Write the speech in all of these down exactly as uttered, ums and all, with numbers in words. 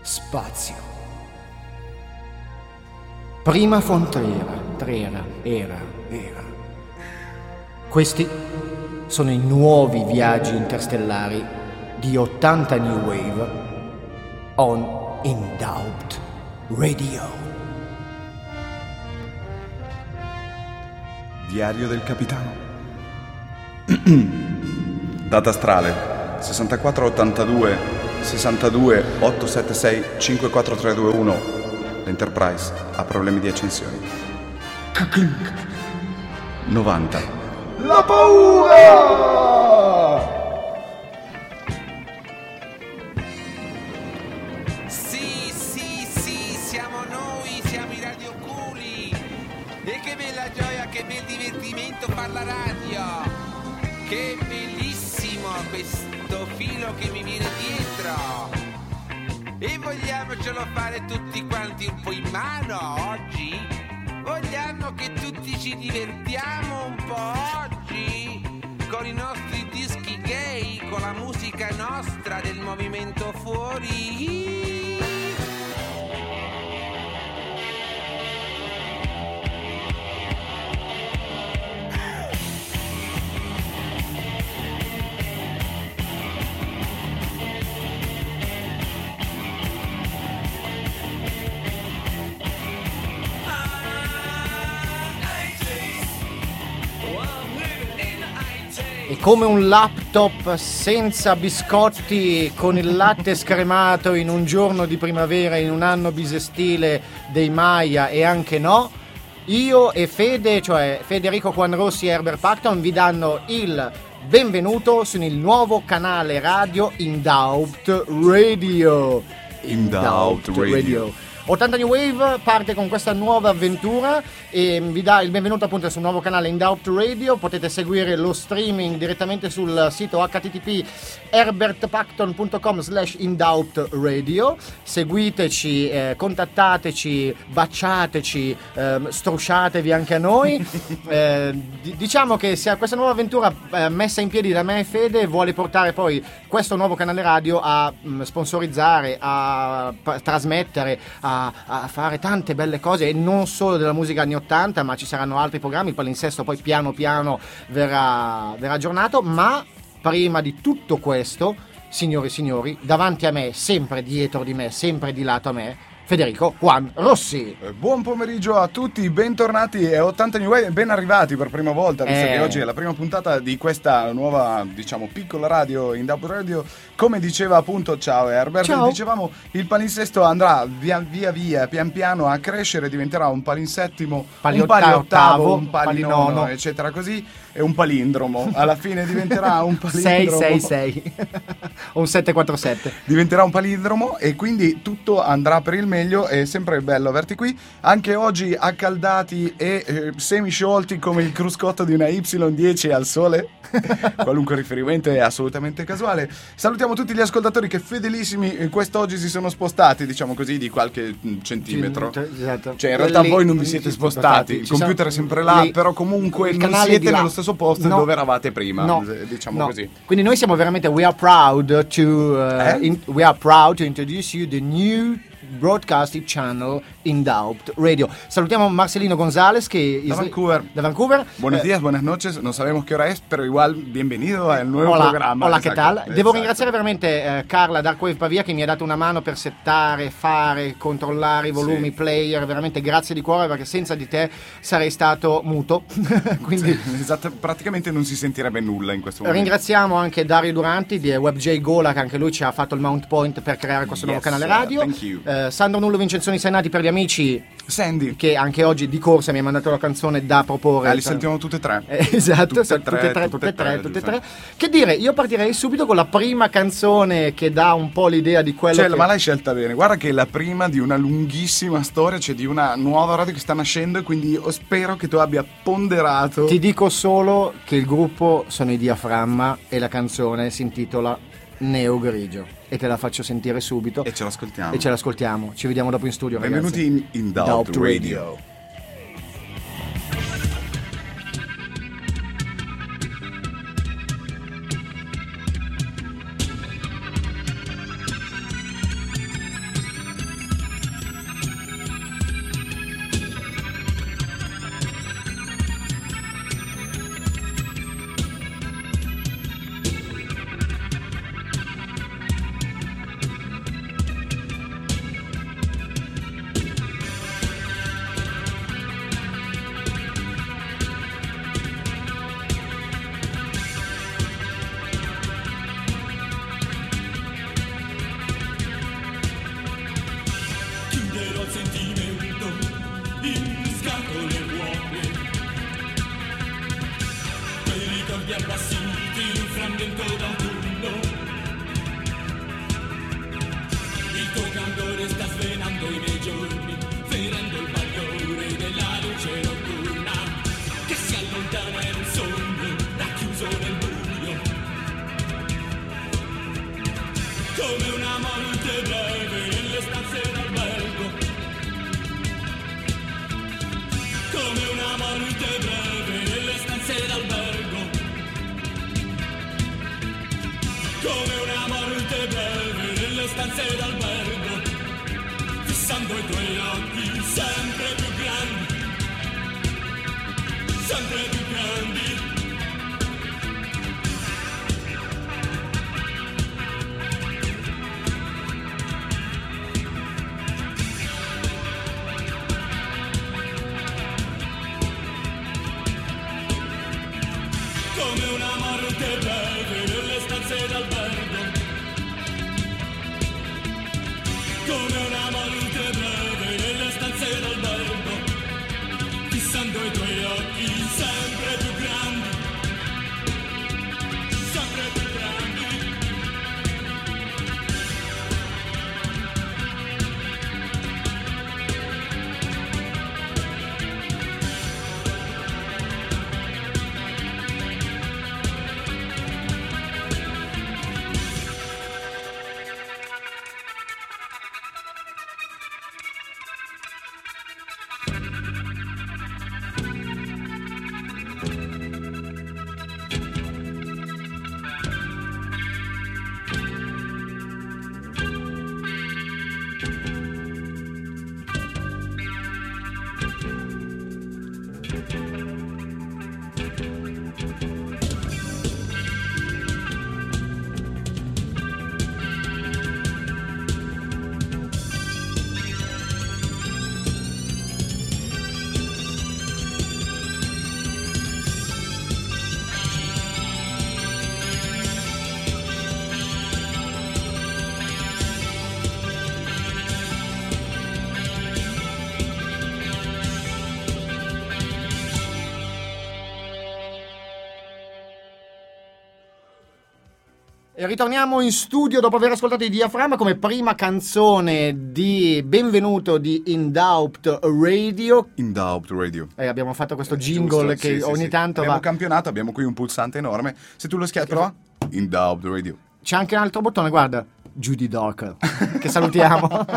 spazio. Prima Fontrera, Trera, era, era. Questi sono i nuovi viaggi interstellari di ottanta New Wave on Indaupt Radio. Diario del capitano. Data astrale sessantaquattro ottantadue sessantadue ottocentosettantasei cinquantaquattro L'Enterprise ha problemi di accensione. novanta. La paura! Sì, sì, sì, siamo noi, siamo i radioculi. E che bella gioia, che bel divertimento far la radio. Che bellissimo questo filo che mi viene dietro. E vogliamocelo fare tutti quanti un po' in mano oggi? Vogliamo che tutti ci divertiamo un po' oggi? Con i nostri dischi gay, con la musica nostra del movimento fuori? È come un laptop senza biscotti, con il latte scremato in un giorno di primavera, in un anno bisestile dei Maya e anche no. Io e Fede, cioè Federico Quanrossi e Herbert Pacton, vi danno il benvenuto sul nuovo canale radio Indaupt Radio. Indaupt Radio. ottanta New Wave parte con questa nuova avventura e vi dà il benvenuto appunto sul nuovo canale Indaupt Radio. Potete seguire lo streaming direttamente sul sito h t t p herbertpacton punto com slash indaupt radio. Seguiteci, eh, contattateci, baciateci, eh, strusciatevi anche a noi. eh, d- diciamo che se questa nuova avventura eh, messa in piedi da me e Fede vuole portare poi questo nuovo canale radio a mh, sponsorizzare, a p- trasmettere, a a fare tante belle cose, e non solo della musica anni ottanta, ma ci saranno altri programmi. Il palinsesto poi piano piano verrà, verrà aggiornato. Ma prima di tutto questo, signori e signori, davanti a me, sempre dietro di me, sempre di lato a me, Federico Juan Rossi. Eh, buon pomeriggio a tutti, bentornati a ottanta New Wave, ben arrivati per prima volta, visto Eh. che oggi è la prima puntata di questa nuova, diciamo, piccola radio, Indaupt Radio. Come diceva appunto, ciao Herbert, Ciao. dicevamo, il palinsesto andrà via via, via pian piano a crescere, diventerà un palinsettimo, Pali un pali ottavo, ottavo, un pali palinono, nono, eccetera così, e un palindromo. Alla fine diventerà un palindromo. sei sei sei o un sette quattro sette. Diventerà un palindromo e quindi tutto andrà per il meglio. È sempre bello averti qui, anche oggi accaldati e eh, semisciolti come il cruscotto di una Y dieci al sole. Qualunque riferimento è assolutamente casuale. Salutiamo tutti gli ascoltatori che fedelissimi eh, quest'oggi si sono spostati, diciamo così, di qualche mh, centimetro. Esatto. Cioè in realtà Lì- voi non vi siete spostati, il Ci computer è sono- sempre là, lì- però comunque il non canale siete di là. nello stesso posto No. dove eravate prima, No. eh, diciamo No. così. Quindi noi siamo veramente, we are proud to uh, Eh? in- we are proud to introduce you the new broadcasting channel Indaupt Radio. Salutiamo Marcelino González que Da es Vancouver. de Vancouver. Buenos Eh, días, buenas noches, no sabemos qué hora es, pero igual bienvenido al nuevo Hola, programma. hola, che Esatto, tal? Devo esatto. ringraziare veramente eh, Carla Darkwave Pavia che mi ha dato una mano per settare, fare, controllare i volumi, Sì. player. Veramente grazie di cuore, perché senza di te sarei stato muto. Quindi Esatto, praticamente non si sentirebbe nulla in questo momento. ringraziamo anche Dario Duranti di WebJ Gola, che anche lui ci ha fatto il mount point per creare questo Yes, nuovo canale sir. radio. Thank you. Eh, Sandro Nullo Vincenzoni Senati per gli amici, Sandy, che anche oggi di corsa mi ha mandato la canzone da proporre. ah, li sentiamo tutte e tre. Eh, esatto, Tutte e tutte, tre, e tre, tutte tutte e e tre, tre, tutte e giusto. tre. Che dire, io partirei subito con la prima canzone che dà un po' l'idea di quello Cioè, che... ma l'hai scelta bene. Guarda che è la prima di una lunghissima storia, cioè di una nuova radio che sta nascendo, e quindi io spero che tu abbia ponderato. Ti dico solo che il gruppo sono i Diaframma e la canzone si intitola Neo Grigio, e te la faccio sentire subito E ce l'ascoltiamo. e ce l'ascoltiamo. Ci vediamo dopo in studio, Benvenuti ragazzi. in Indaupt Indaupt Radio. come una morte breve nelle stanze d'albergo, come una morte breve nelle stanze d'albergo, come una morte breve nelle stanze d'albergo, fissando i tuoi occhi sempre più grandi, sempre più grandi. Come una morte breve nelle stanze d'albergo, come una morte breve nelle stanze d'albergo, fissando i tuoi occhi sempre più grandi, sempre più grandi. E ritorniamo in studio dopo aver ascoltato i Diaframma come prima canzone di benvenuto di In Doubt Radio. In Doubt Radio. E abbiamo fatto questo Eh, jingle giusto, che sì, sì, ogni sì. tanto abbiamo va. campionato, abbiamo qui un pulsante enorme. Se tu lo schiacci, prova. In Doubt Radio. C'è anche un altro bottone, guarda. Judy Dark, che salutiamo. Va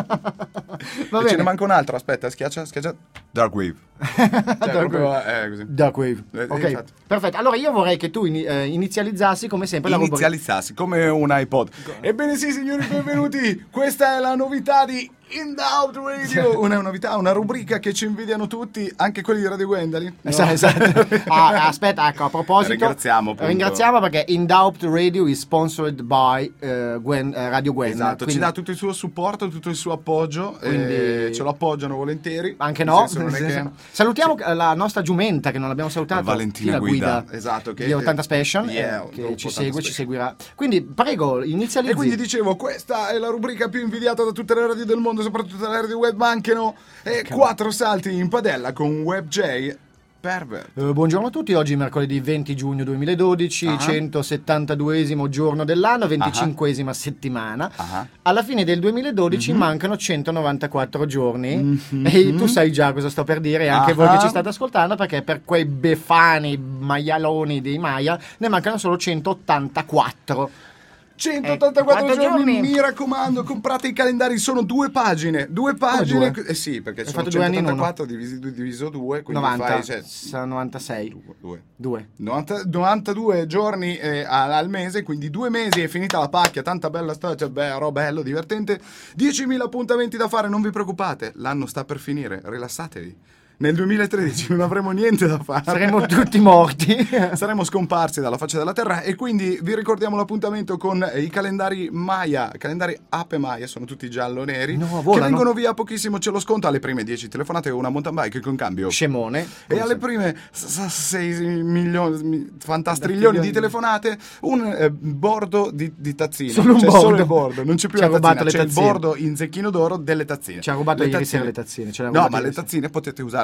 E ce bene. ne manca un altro, aspetta, schiaccia, schiaccia. Dark Wave. Cioè, Dark proprio, Wave. eh, così. Dark Wave. Eh, Ok, infatti. perfetto. Allora io vorrei che tu ini- eh, inizializzassi come sempre la rubrica. Inizializzassi come un iPod. Ebbene sì, signori, benvenuti. Questa è la novità di In Doubt Radio. Una novità, una rubrica che ci invidiano tutti, anche quelli di Radio Gwendali. Esatto, esatto. Ah, aspetta, ecco, a proposito, Ringraziamo, appunto. ringraziamo perché In Doubt Radio is sponsored by eh, Gwen- eh, Radio Gwen. Esatto, quindi- ci dà tutto il suo supporto, tutto il suo appoggio, Quindi- e ce lo appoggiano volentieri. Anche Nel no, senso, non è nel che- senso- salutiamo eh, la nostra giumenta che non l'abbiamo salutata, Valentina la Guida, esatto, che- di ottanta Special, Yeah, eh, che gruppo ci ottanta segue, ci Special. seguirà. Quindi prego, inizializzi. E quindi dicevo, questa è la rubrica più invidiata da tutte le radio del mondo, soprattutto dalle radio web, mancano e quattro salti in padella con WebJ Pervert. Eh, buongiorno a tutti, oggi è mercoledì venti giugno duemiladodici, Ah. centosettantaduesimo giorno dell'anno, venticinquesima settimana. Ah. Alla fine del duemiladodici mancano centonovantaquattro giorni e tu sai già cosa sto per dire, e anche Ah. voi che ci state ascoltando, perché per quei befani maialoni dei Maya ne mancano solo centottantaquattro. centottantaquattro Eh, quanti giorni, giorni? mi raccomando, comprate i calendari, sono due pagine, due pagine. due? Eh sì, perché Hai sono fatto due anni in uno. centottantaquattro divisi, diviso due, quindi novanta, fai cioè, sa- novantasei, due, due. due. novanta novantadue giorni eh, al, al mese, quindi due mesi è finita la pacchia, tanta bella storia, cioè, beh, roba bello, divertente, diecimila appuntamenti da fare, non vi preoccupate, l'anno sta per finire, rilassatevi. Nel duemilatredici non avremo niente da fare. Saremo tutti morti. Saremo scomparsi dalla faccia della terra e quindi vi ricordiamo l'appuntamento con i calendari Maya, calendari Ape Maya, sono tutti giallo-neri, No, che volano. vengono via pochissimo, c'è lo sconto alle prime dieci telefonate con una mountain bike con cambio. Scemone. E alle prime sei milioni, mi- fantastrilioni di telefonate, un eh, bordo di, di tazzine. Solo un C'è bordo. solo il bordo, non c'è più Ci ha la tazzina, rubato le c'è il tazzine. bordo in zecchino d'oro delle tazzine. Ci ha rubato Le ieri tazzine- sera le tazzine, ce le ha No, rubate ma le ieri sera. tazzine potete usare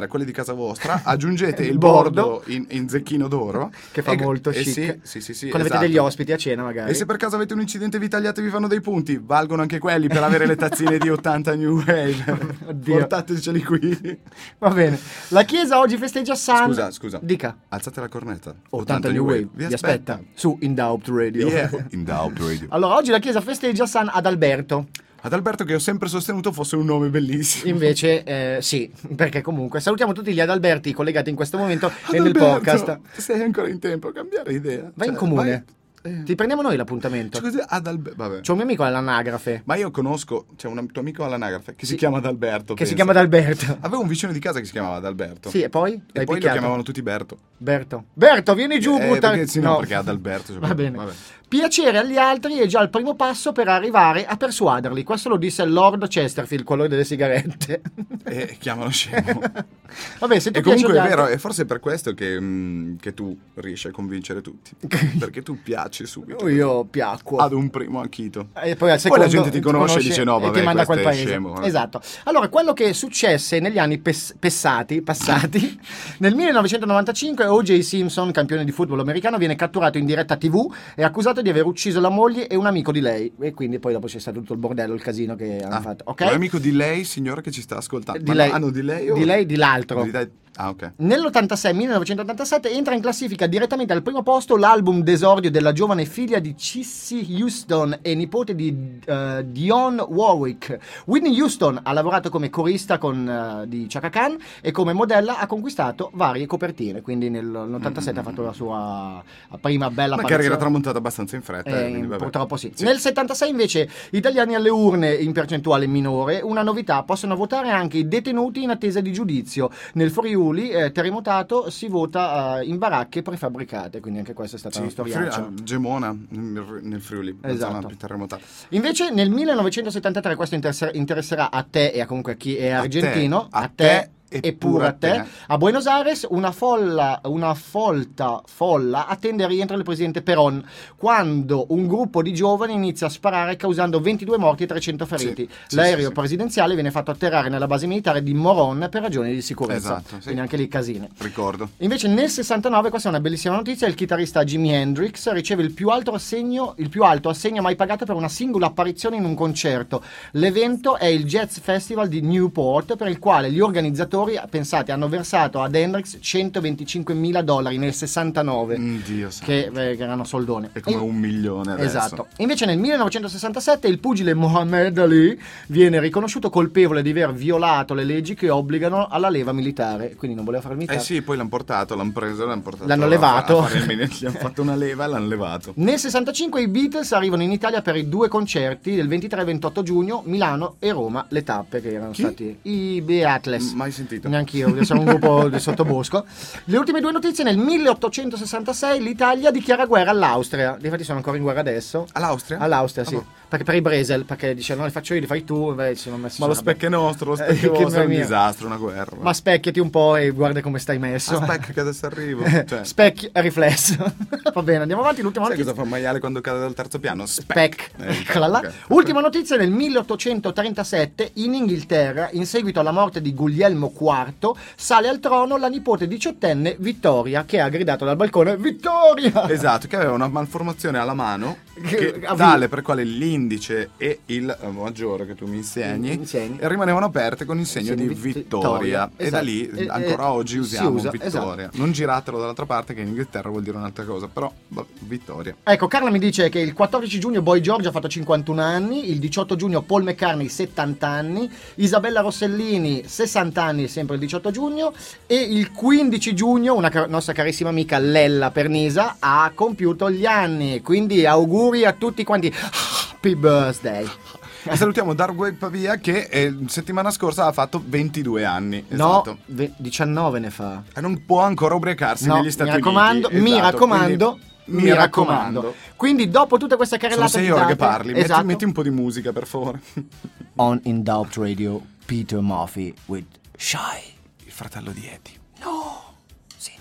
uguale a quelli di casa vostra, aggiungete il, Il bordo, bordo. in, in zecchino d'oro. Che fa e- molto e chic. sì, sì, sì, sì, Quando esatto. avete degli ospiti a cena magari. E se per caso avete un incidente vi tagliate e vi fanno dei punti, valgono anche quelli per avere le tazzine di ottanta New Wave. Oddio. Portateceli qui. Va bene. La chiesa oggi festeggia San... Scusa, scusa. Dica. Alzate la cornetta. ottanta New Wave. Vi aspetta. Su In Doubt Radio. Yeah. In Doubt Radio. Allora, oggi la chiesa festeggia San Adalberto. Ad Alberto, che ho sempre sostenuto fosse un nome bellissimo. Invece, eh, sì, perché comunque salutiamo tutti gli Adalberti collegati in questo momento e nel Adalberto, podcast. sei ancora in tempo a cambiare idea. Vai in Cioè, comune. vai- eh. Ti prendiamo noi l'appuntamento. Cioè, così Adalberto. Vabbè. C'è un mio amico all'anagrafe Ma io conosco, c'è un tuo amico all'anagrafe che Sì. si chiama Adalberto. che si pensa. chiama Adalberto. Avevo un vicino di casa che si chiamava Adalberto. Sì, e poi? E L'hai poi lo picchiato? chiamavano tutti Berto. Berto. Berto, vieni giù, Eh, butta... perché, sì, no, perché Adalberto. cioè, Va bene. vabbè. Piacere agli altri è già il primo passo per arrivare a persuaderli. Questo lo disse Lord Chesterfield, quello delle sigarette. E chiamano scemo. Vabbè, se tu E piaci comunque è agli vero, altri- è forse per questo che, mm, che tu riesci a convincere tutti. Perché tu piaci subito Io piacquo. ad un primo acchito. E poi, al Poi secondo la gente ti conosce e dice, no, e vabbè, ti manda a quel questo è paese. scemo, eh. Esatto. Allora, quello che successe negli anni pes- passati, passati nel millenovecentonovantacinque O J Simpson, campione di football americano, viene catturato in diretta tivù e accusato di aver ucciso la moglie e un amico di lei. E quindi poi dopo c'è stato tutto il bordello, il casino che hanno Ah, fatto. Ok? Un amico di lei, signora, che ci sta ascoltando. Di Ma lei. no, hanno di lei o... Di lei, di l'altro. Di lei- Ah, ok. Nell'ottantasei, millenovecentottantasette entra in classifica direttamente al primo posto l'album d'esordio della giovane figlia di Cissy Houston e nipote di eh, Dionne Warwick. Whitney Houston ha lavorato come corista con, eh, di Chaka Khan e come modella ha conquistato varie copertine, quindi nell'ottantasette ha fatto la sua prima bella Una apparizione. carriera tramontata abbastanza in fretta. Eh, eh, quindi vabbè. purtroppo sì. Sì. Nel settantasei invece italiani alle urne in percentuale minore, una novità, possono votare anche i detenuti in attesa di giudizio. Nel Friuli eh, terremotato si vota eh, in baracche prefabbricate, quindi anche questa è stata Sì, una storiaccia. Friuli- Gemona nel nel Friuli, la Esatto. zona più terremotata. Invece nel millenovecentosettantatré, questo interessa- interesserà a te e a comunque a chi è A argentino, te, a te e pure a te. A Buenos Aires una folla, una folta folla attende il rientro del presidente Perón quando un gruppo di giovani inizia a sparare causando ventidue morti e trecento feriti. Sì, sì, L'aereo sì, sì. presidenziale viene fatto atterrare nella base militare di Morón per ragioni di sicurezza. Esatto, sì. Quindi anche lì casine. Ricordo. Invece nel sessantanove, questa è una bellissima notizia, il chitarrista Jimi Hendrix riceve il più alto assegno, il più alto assegno mai pagato per una singola apparizione in un concerto. L'evento è il Jazz Festival di Newport, per il quale gli organizzatori, pensate, hanno versato ad Hendrix centoventicinquemila dollari nel sessantanove, Mm, Dio santo. che, eh, che erano soldoni. È come E- un milione adesso. Esatto. Invece nel millenovecentosessantasette il pugile Mohammed Ali viene riconosciuto colpevole di aver violato le leggi che obbligano alla leva militare, quindi non voleva fare il militare. Eh sì, poi l'hanno portato, l'hanno preso, l'hanno portato. L'hanno a- levato. a fare il mini- Gli hanno fatto una leva e l'hanno levato. Nel sessantacinque i Beatles arrivano in Italia per i due concerti del ventitré e ventotto giugno, Milano e Roma, le tappe che erano Chi? stati i Beatles. Mai sentito. Neanch'io, sono un gruppo di sottobosco. Le ultime due notizie: nel milleottocentosessantasei l'Italia dichiara guerra all'Austria. Infatti sono ancora in guerra adesso. All'Austria? All'Austria, Ah, sì. boh. Perché per i Bresel, perché dice no, li faccio io, li fai tu, beh, ci sono messi Ma lo su- specchio è nostro, lo Eh, specchio che vostro è un mio. disastro, una guerra. Ma specchiati un po' e guarda come stai messo. Aspetta che adesso arrivo. Cioè, Specchio e riflesso. Va bene, andiamo avanti. L'ultima sai notizia. cosa fa un maiale quando cade dal terzo piano? Spec. Eh, Eccola là. ok. Ultima notizia: nel milleottocentotrentasette in Inghilterra, in seguito alla morte di Guglielmo quarto, sale al trono la nipote diciottenne Vittoria, che ha gridato dal balcone Vittoria! Esatto, che aveva una malformazione alla mano che, Che- tale per quale l'indice e il eh, maggiore che tu mi insegni, Insegni. rimanevano aperte con il segno Segno di di vittoria. vittoria. E da lì Esatto. E- ancora e- oggi si usiamo usa, vittoria. Non giratelo dall'altra parte, che in Inghilterra vuol dire un'altra cosa, però vabbè, vittoria. Ecco, Carla mi dice che il quattordici giugno Boy George ha fatto cinquantuno anni, il diciotto giugno Paul McCartney settanta anni, Isabella Rossellini sessanta anni sempre il diciotto giugno e il quindici giugno una car- nostra carissima amica Lella Pernisa ha compiuto gli anni, quindi auguri a tutti quanti. Happy birthday. E salutiamo Darkwave Pavia che eh, settimana scorsa ha fatto ventidue anni. No, Esatto. ve- diciannove ne fa. E non può ancora ubriacarsi No, negli Stati mi raccomando, Uniti. mi Esatto, raccomando, quindi- mi raccomando. Quindi dopo tutta questa Sono carrellata sei di ore che date- parli. Metti- esatto. Metti un po' di musica, per favore. On In Doubt Radio, Peter Murphy with Shy. Il fratello di Eddie. No, senti.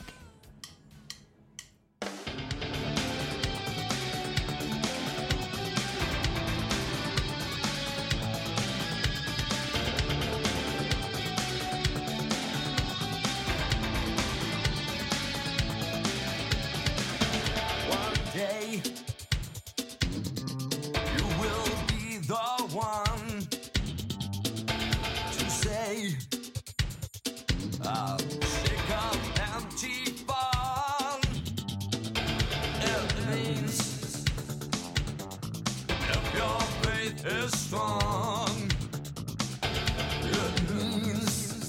faith is strong. It means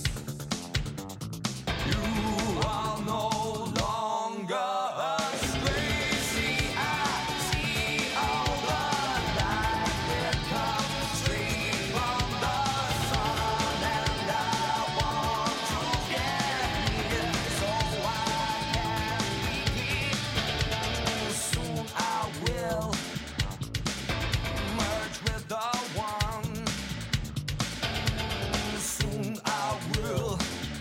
you are no longer a stray. See, I see all the light that comes straight from the sun, and I want to get here so I can be. Soon I will merge with the one. Soon I will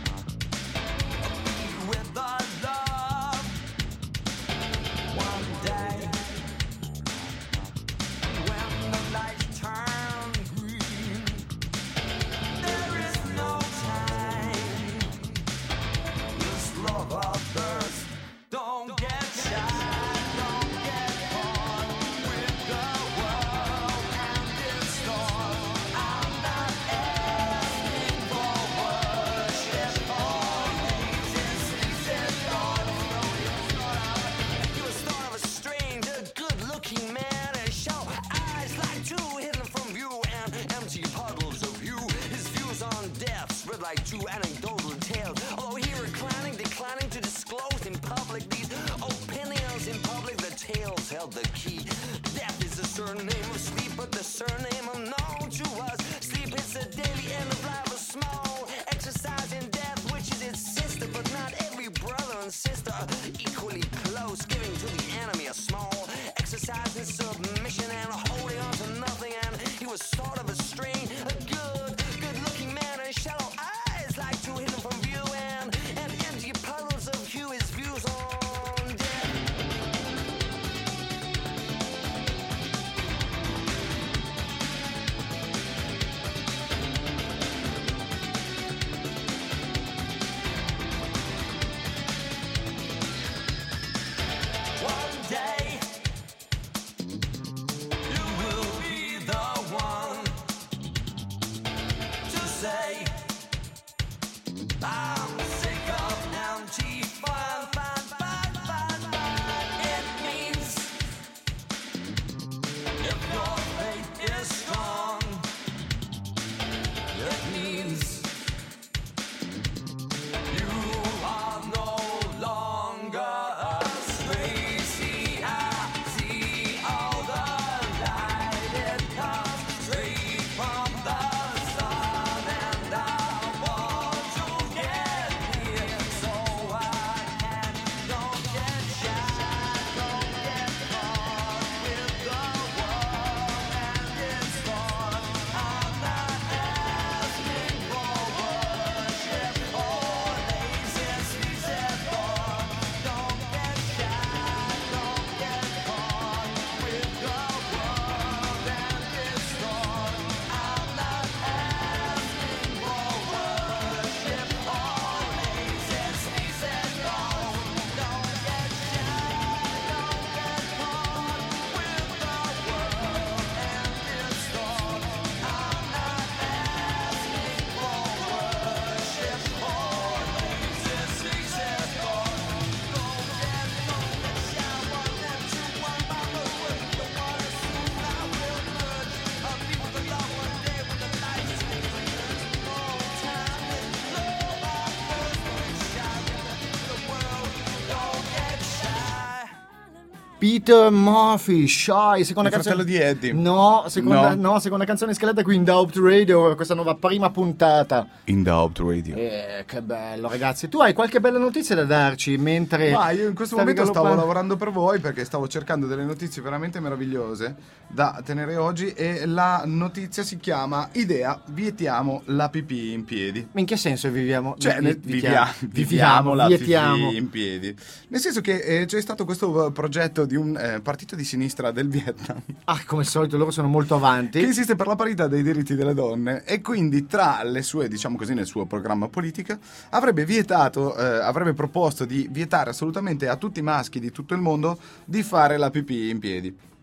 be with the love. One day, when the lights turn green, there is no time. This love of thirst, don't get shy. Don't get caught with the world and its thought. I'm not asking for worship or lazy thought. You're the start of a strange, a good-looking man, and shallow eyes like two hidden from view, and empty puddles of you. His views on death spread like two anecdotal tales. Although he reclining, declining to disclose in public these opinions in public, the tales held the key. Death is the surname of sleep, but the surname unknown to us. Sleep is the daily end of life, a small exercise in death, which is its sister, but not every brother and sister are equally close, giving to the enemy a small exercise in submission and holding on to nothing. And he was sort of a strange, a good, good-looking man, and shallow eyes like two hidden from view, and, and empty puddles of hue. His views on death. One day, you will be the one to say, I'm sick of empty fun, fun, fun, fun, fun. It means if your faith is strong, it means you are no longer a stray. See, I see all the light. It comes straight from the sun, and I want to get here so I can. Don't get shy, don't get caught with the world and its thought. I'm not asking for worship or lazy sleazy thought. Don't get shy, don't get caught with the world and its thought. I'm not asking for worship or lazy sleazy thought. Don't get shy, don't get caught with the world and its thought. I'm not asking for worship or lazy sleazy thought. Don't get, don't get shy, one and two, one by one with the water. Soon I will merge. I'll be with the love one day when the lights change. There's no time with love. I first get shy with the world. Don't get shy. Peter Murphy, Shy, seconda Il canzone fratello di Eddie. No, seconda, No. no, seconda canzone in scaletta qui in Doubt Radio, questa nuova prima puntata. In Doubt Radio. Eh, che bello, ragazzi. Tu hai qualche bella notizia da darci mentre Ma io in questo stavi momento stavo galoppando? lavorando per voi perché stavo cercando delle notizie veramente meravigliose da tenere oggi, e la notizia si chiama Idea, vietiamo la pipì in piedi. Ma in che senso viviamo? Cioè, vi- nel- vi- vivia- viviamo, viviamo la vietiamo. pipì in piedi. Nel senso che eh, c'è stato questo eh, progetto di un eh, partito di sinistra del Vietnam Ah, come al solito loro sono molto avanti. che insiste per la parità dei diritti delle donne, e quindi tra le sue, diciamo così, nel suo programma politico avrebbe vietato, eh, avrebbe proposto di vietare assolutamente a tutti i maschi di tutto il mondo di fare la pipì in piedi. Ah,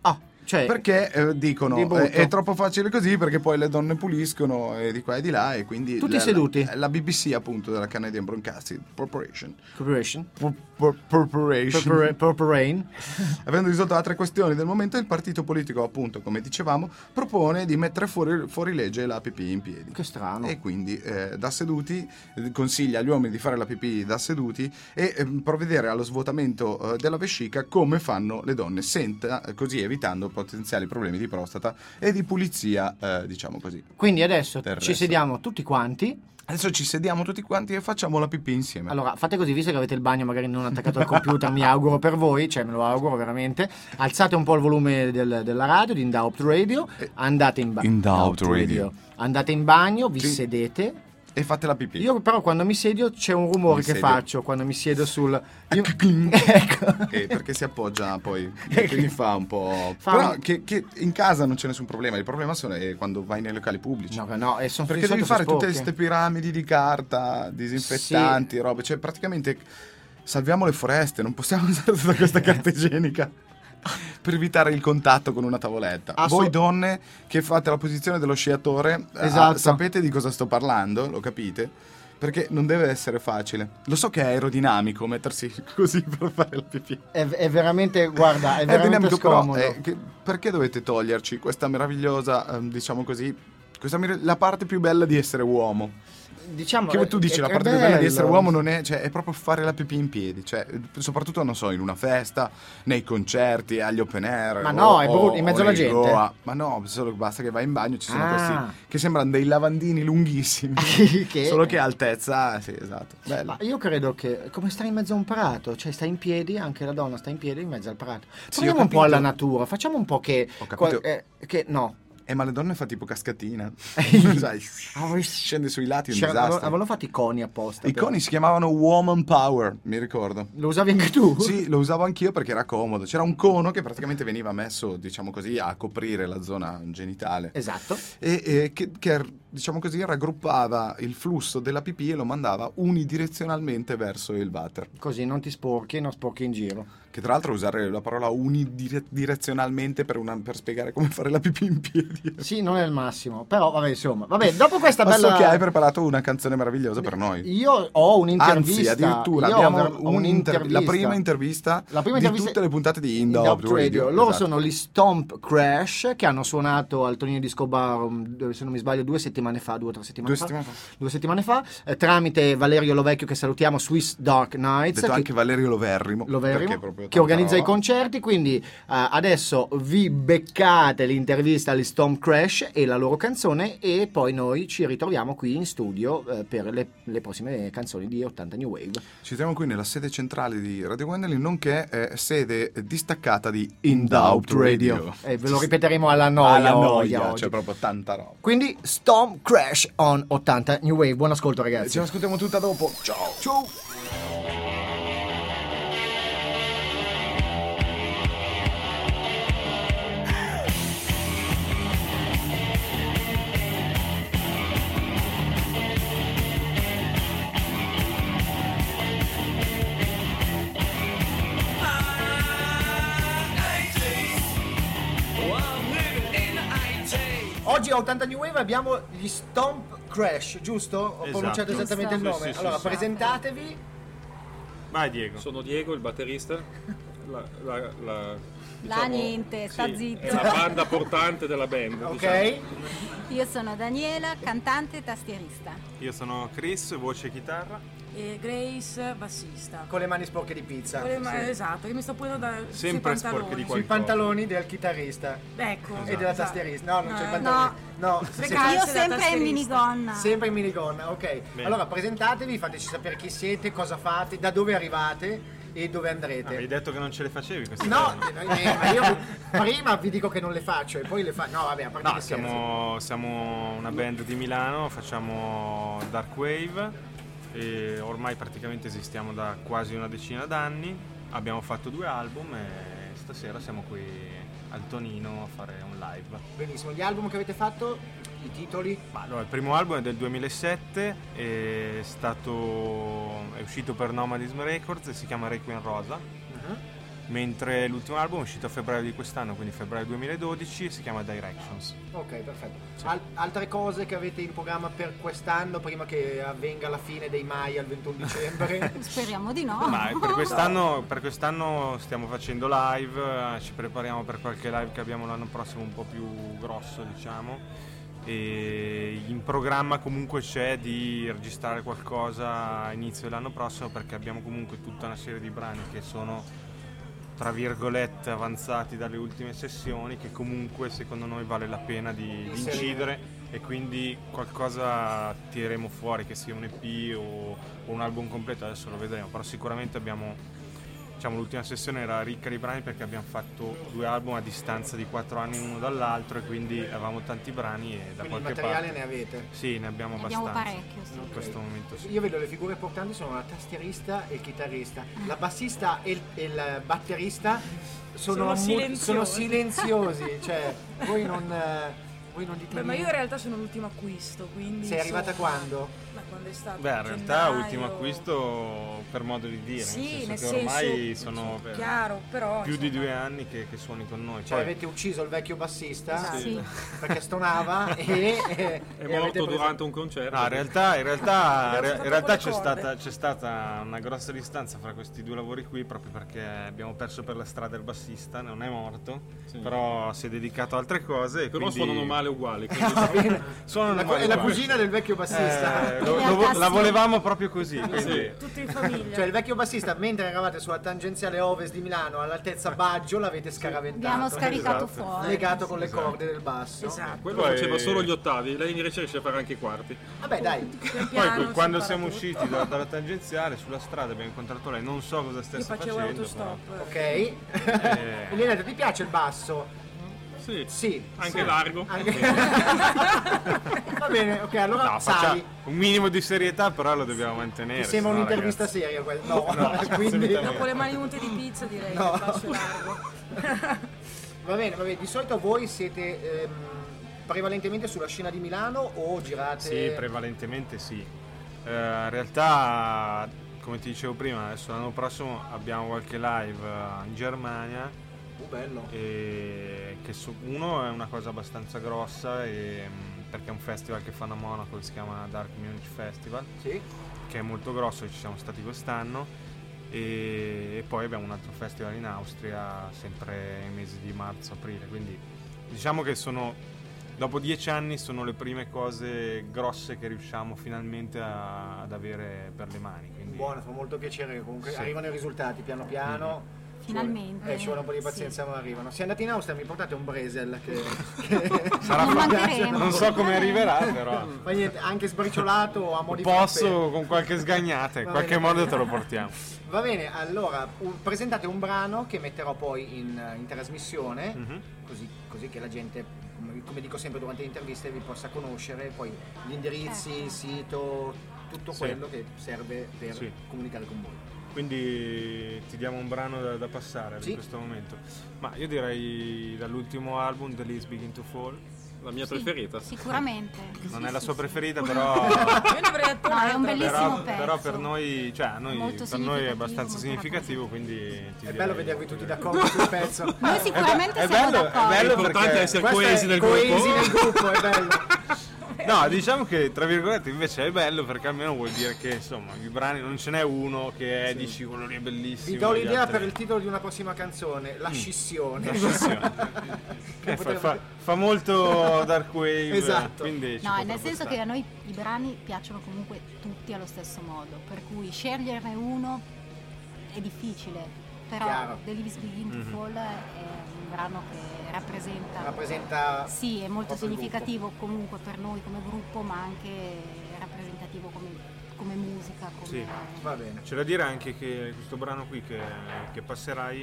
Cioè, perché eh, dicono di brutto. è, è troppo facile così, perché poi le donne puliscono e di qua e di là, e quindi Tutti la, seduti. la, la B B C appunto della Canadian Broadcasting Corporation Corporation. Pur- pur- Corporation Purple, Purple Rain. avendo risolto altre questioni del momento, il partito politico, appunto, come dicevamo, propone di mettere fuori, fuori legge la pipì in piedi. Che strano. E quindi eh, da seduti eh, consiglia agli uomini di fare la pipì da seduti e eh, provvedere allo svuotamento eh, della vescica come fanno le donne, senza, eh, così evitando potenziali problemi di prostata e di pulizia, eh, diciamo così. Quindi adesso Del ci resto. sediamo tutti quanti. Adesso ci sediamo tutti quanti e facciamo la pipì insieme. Allora, fate così, visto che avete il bagno magari non attaccato al computer, mi auguro per voi, cioè me lo auguro veramente. Alzate un po' il volume del- della radio, di Indaupt Radio, andate in bagno. Indaupt Radio. Andate in bagno, vi Sì. sedete. E fate la pipì. Io però quando mi sedio c'è un rumore Mi che sedio. faccio quando mi siedo sul... Io... Ecco. ecco. Eh, perché si appoggia poi, e quindi fa un po'. Fa Però un- che, che in casa non c'è nessun problema. Il problema sono è quando vai nei locali pubblici. No, no, e sono Perché devi fare tutte queste piramidi di carta, disinfettanti, robe. Cioè, praticamente salviamo le foreste, non possiamo usare tutta questa carta igienica per evitare il contatto con una tavoletta. Assu- Voi donne che fate la posizione dello sciatore, eh, Esatto. sapete di cosa sto parlando, lo capite? Perché non deve essere facile. Lo so che è aerodinamico mettersi così per fare la pipì. È, è veramente, guarda, è È veramente dinamico, però scomodo. eh, che- perché dovete toglierci questa meravigliosa, ehm, diciamo così, questa mir- la parte più bella di essere uomo? Diciamo, Che tu dici è- la è parte più bella di bello. essere uomo non è, cioè, è proprio fare la pipì in piedi, cioè, soprattutto non so, in una festa, nei concerti, agli open air. Ma o- no, è o- brutto, in mezzo o alla nei gente. Goa. Ma no, solo basta che vai in bagno, ci sono Ah. questi che sembrano dei lavandini lunghissimi. Che- Solo che altezza, sì, esatto. Bello. Ma io credo che è come stare in mezzo a un prato, cioè stai in piedi, anche la donna sta in piedi in mezzo al prato. Sì, Proviamo ho un po' capito. alla natura, facciamo un po' che... Ho capito. qua- eh, che no. Eh, ma le donne fa tipo cascatina. Sai, scende sui lati, è un C'era- disastro. avevano fatto i coni apposta. I per- coni si chiamavano Woman Power, mi ricordo. Lo usavi anche tu? Sì, lo usavo anch'io perché era comodo. C'era un cono che praticamente veniva messo, diciamo così, a coprire la zona genitale. Esatto. E, e che, che, diciamo così, raggruppava il flusso della pipì e lo mandava unidirezionalmente verso il water. Così non ti sporchi e non sporchi in giro. Che tra l'altro usare la parola unidirezionalmente per, una, per spiegare come fare la pipì in piedi. Sì, non è il massimo, però vabbè, insomma. Vabbè, dopo questa Ma bella... so che hai preparato una canzone meravigliosa per noi. Io ho un'intervista. Anzi, addirittura Io abbiamo ho ver- ho un'inter- la prima intervista, La prima di intervista- tutte le puntate di Indaupt Indaupt Radio. Loro Esatto. sono gli Stomp Crash che hanno suonato al Tonino di Scobar, um, se non mi sbaglio, due settimane fa, due o tre settimane Due fa. settimane fa. Due settimane fa, eh, tramite Valerio Lovecchio, che salutiamo, Swiss Dark Nights. Detto che- anche Valerio Loverrimo, Loverrimo, perché è proprio che tanta organizza i roba. concerti, quindi eh, adesso vi beccate l'intervista agli Storm Crash e la loro canzone e poi noi ci ritroviamo qui in studio eh, per le, le prossime canzoni di ottanta New Wave. Ci troviamo qui nella sede centrale di Radio Gwendolyn, nonché eh, sede distaccata di Indaupt Radio. E ve lo ripeteremo alla noia, Alla oggi, noia, oggi. c'è proprio tanta roba. Quindi Storm Crash on ottanta New Wave. Buon ascolto ragazzi. Ci ascoltiamo tutta dopo. Ciao. Ciao. Oggi a ottanta New Wave abbiamo gli Stomp Crash, giusto? Ho Esatto. pronunciato esattamente il Sì, nome. sì, sì, allora, sì. presentatevi. Vai Diego. Sono Diego, il batterista. La, la, la, Là niente, sta sì, zitto. è la banda portante della band. Ok. diciamo. Io sono Daniela, cantante e tastierista. Io sono Chris, voce e chitarra. E Grace, bassista. Con le mani sporche di pizza. Quelle ma- Sì. Esatto, io mi sto pulendo da sui Sempre pantaloni. sporche di Sui qualcosa. pantaloni del chitarrista Ecco. e della esatto. tastierista. No, non c'è il No, pantalone. No, Le sì, calze Io da sempre in tastierista. minigonna. sempre in minigonna, ok. Bene. Allora presentatevi, fateci sapere chi siete, cosa fate, da dove arrivate e dove andrete. Avevi detto che non ce le facevi queste No, cose. eh, ma io prima vi dico che non le faccio e poi le faccio. No, vabbè, a parte No, che scherzo. siamo, siamo una band di Milano, facciamo Dark Wave e ormai praticamente esistiamo da quasi una decina d'anni. Abbiamo fatto due album e stasera siamo qui al Tonino a fare un live. Benissimo, gli album che avete fatto, i titoli? Ma allora, il primo album è del duemilasette, è stato è uscito per Nomadism Records e si chiama Requiem Rosa. Uh-huh. mentre l'ultimo album è uscito a febbraio di quest'anno, quindi febbraio duemiladodici, si chiama Directions. Ok, perfetto. Al- altre cose che avete in programma per quest'anno prima che avvenga la fine dei Mai al ventuno dicembre? Speriamo di no. Ma per quest'anno, per quest'anno stiamo facendo live, eh, ci prepariamo per qualche live che abbiamo l'anno prossimo un po' più grosso, diciamo, e in programma comunque c'è di registrare qualcosa a inizio dell'anno prossimo, perché abbiamo comunque tutta una serie di brani che sono tra virgolette avanzati dalle ultime sessioni, che comunque secondo noi vale la pena di, di incidere, e quindi qualcosa tireremo fuori, che sia un E P o, o un album completo, adesso lo vedremo, però sicuramente abbiamo, diciamo, l'ultima sessione era ricca di brani perché abbiamo fatto due album a distanza di quattro anni uno dall'altro, e quindi avevamo tanti brani e da Quindi qualche materiale parte ne avete? sì, ne abbiamo Ne abbiamo abbastanza parecchio, sì. in questo momento sì. Io vedo le figure portanti sono la tastierista e il chitarrista. La bassista e il, e il batterista sono, Sono mu- silenziosi. sono silenziosi, cioè voi non, eh, voi non dite Beh, ma io in niente. realtà sono l'ultimo acquisto, quindi... Sei arrivata insomma, quando? Ma quando è stato? Beh, in realtà Gennaio. ultimo acquisto per modo di dire, Sì, nel nel senso che ormai senso, sono per chiaro, però... più di insomma, due anni che, che suoni con noi. Cioè Poi- avete ucciso il vecchio bassista Esatto. Sì. perché stonava e, e È e avete morto preso- durante un concerto. No, in realtà, in realtà, Abbiamo in fatto realtà con le c'è, corde. stata, c'è stata una grossa distanza fra questi due lavori qui, proprio perché abbiamo perso per la strada il bassista, non è morto, Sì. però si è dedicato a altre cose. E Però quindi suonano male uguali. quindi- Va bene. Suonano La- male è la uguali. cugina del vecchio bassista. Eh, lo- In lo- realtà la sì. volevamo proprio così. quindi- Sì. Tutti in famiglia. Cioè il vecchio bassista, mentre eravate sulla tangenziale ovest di Milano all'altezza Baggio, l'avete scaraventato. Abbiamo scaricato Esatto. fuori. Legato con le Esatto. corde del basso. Esatto. Quello Poi- faceva solo gli ottavi, lei invece riesce a fare anche i quarti. Vabbè dai, Pian Poi piano si quando impara siamo tutto. usciti da- dalla tangenziale sulla strada abbiamo incontrato lei, non so cosa Io stesse facevo facendo. autostop. ok. E gli hai detto, ti piace il basso? Sì, Sì. anche sì. largo. Anche- Va bene, ok, allora No, sali. faccia un minimo di serietà, però lo dobbiamo mantenere. Ti sembra sennò, un'intervista ragazzi. seria quella? No, No, quindi... assolutamente. Dopo le mani unte di pizza direi No. che passo largo. Va bene, va bene. Di solito voi siete ehm, prevalentemente sulla scena di Milano o girate... Sì, prevalentemente sì. Eh, in realtà, come ti dicevo prima, adesso l'anno prossimo abbiamo qualche live eh, in Germania. Oh, bello. E che su- uno è una cosa abbastanza grossa, e, mh, perché è un festival che fanno a Monaco che si chiama Dark Munich Festival, Sì. che è molto grosso e ci siamo stati quest'anno, e, e poi abbiamo un altro festival in Austria sempre nei mesi di marzo-aprile, quindi diciamo che sono, dopo dieci anni sono le prime cose grosse che riusciamo finalmente a- ad avere per le mani, quindi Buono, fa molto piacere che comunque Sì. arrivano i risultati piano piano. Finalmente. Ci vuole, eh, ci vuole un po' di Sì. pazienza, ma arrivano. Se andate in Austria mi portate un Bresel che, che sarà Non fa- mancheremo. non so come arriverà, però ma niente, anche sbriciolato o a mo' di posso frappè. con qualche sgagnata, in Va qualche bene. modo te lo portiamo. Va bene, allora un- presentate un brano che metterò poi in, in trasmissione, Mhm. così, così che la gente, come come dico sempre durante le interviste, vi possa conoscere, poi gli indirizzi, Certo. il sito, tutto Sì. quello che serve per Sì. comunicare con voi. Quindi ti diamo un brano da, da passare Sì. in questo momento. Ma io direi dall'ultimo album, The Leaves Begin to Fall. La mia Sì, preferita. Sicuramente. Non Sì, è la sì, sua sì. preferita, però, Io ne avrei detto No, è un'altra, un bellissimo però, pezzo. però per noi, cioè, a noi, Molto per noi è significativo, abbastanza molto significativo, quindi ti È direi- bello vedervi tutti d'accordo sul pezzo. Noi sicuramente è siamo bello- è d'accordo. bello L'importante perché- è essere Questo coesi è nel coesi gruppo. nel gruppo, è bello. No, diciamo che tra virgolette invece è bello, perché almeno vuol dire che insomma i brani non ce n'è uno che è dici quello lì è bellissimo. Vi do gli l'idea altri- per il titolo di una prossima canzone, La scissione. La scissione. Eh, fa, fa- fa molto dark wave, Esatto. quindi ci No, potrà nel senso stare. che a noi i brani piacciono comunque tutti allo stesso modo, per cui sceglierne uno è difficile, però Chiaro. The Leaves Begin to Mhm. Fall è un brano che rappresenta, Rappresenta sì, è molto proprio il significativo comunque per noi come gruppo, ma anche rappresentativo come, come musica, come... Sì. Va bene. C'è da dire anche che questo brano qui che, che passerai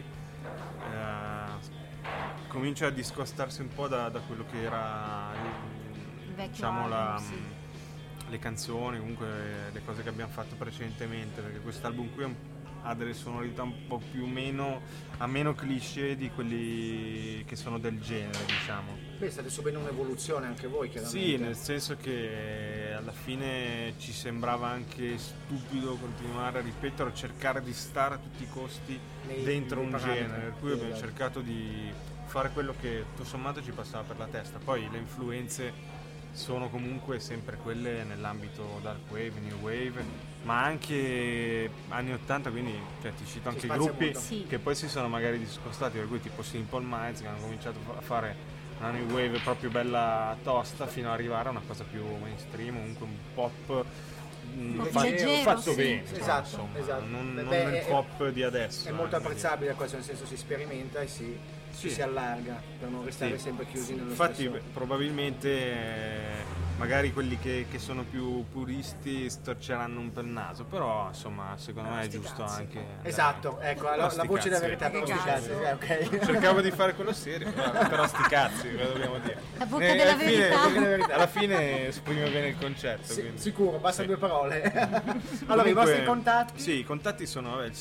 eh, comincia a discostarsi un po' da, da quello che era il- Il vecchio diciamo album, la, sì. le canzoni, comunque le cose che abbiamo fatto precedentemente, perché quest'album qui è un- ha delle sonorità un po' più meno, a meno cliché di quelli che sono del genere, diciamo. Beh, state subendo un'evoluzione anche voi, chiaramente. Sì, nel senso che alla fine ci sembrava anche stupido continuare a ripetere o cercare di stare a tutti i costi Nei- dentro nei un parametri. genere, per cui Sì, abbiamo esatto. cercato di fare quello che tutto sommato ci passava per la testa. Poi le influenze sono comunque sempre quelle nell'ambito dark wave, new wave, ma anche anni ottanta, quindi cioè, ti cito anche i spazia gruppi molto. Sì. che poi si sono magari discostati, per cui tipo Simple Minds che hanno cominciato a fare una new wave proprio bella tosta fino ad arrivare a una cosa più mainstream, comunque un pop mm, po' più fa- leggero, fatto sì. bene, Esatto, insomma, esatto. non, Beh, non beh, il è- pop di adesso. È molto eh, quindi- apprezzabile questo, nel senso si sperimenta e si, ci Sì. si allarga per non restare Sì. sempre chiusi nello Infatti stesso. beh, probabilmente eh, magari quelli che, che sono più puristi storceranno un po' il naso, però insomma secondo me è giusto anche andare- Esatto, ecco, la, Però sti la voce della cazzi. verità per Che sti cazzi, cazzo. eh, ok. Cercavo di fare quello serio, però, però sti cazzi, lo dobbiamo dire. La bocca Eh, della alla fine- verità. La bocca della verità. Alla fine esprime bene il concetto. Sì, quindi. sicuro, bastano Sì. due parole. allora, i Comunque, vostri contatti? Sì, i contatti sono vabbè, il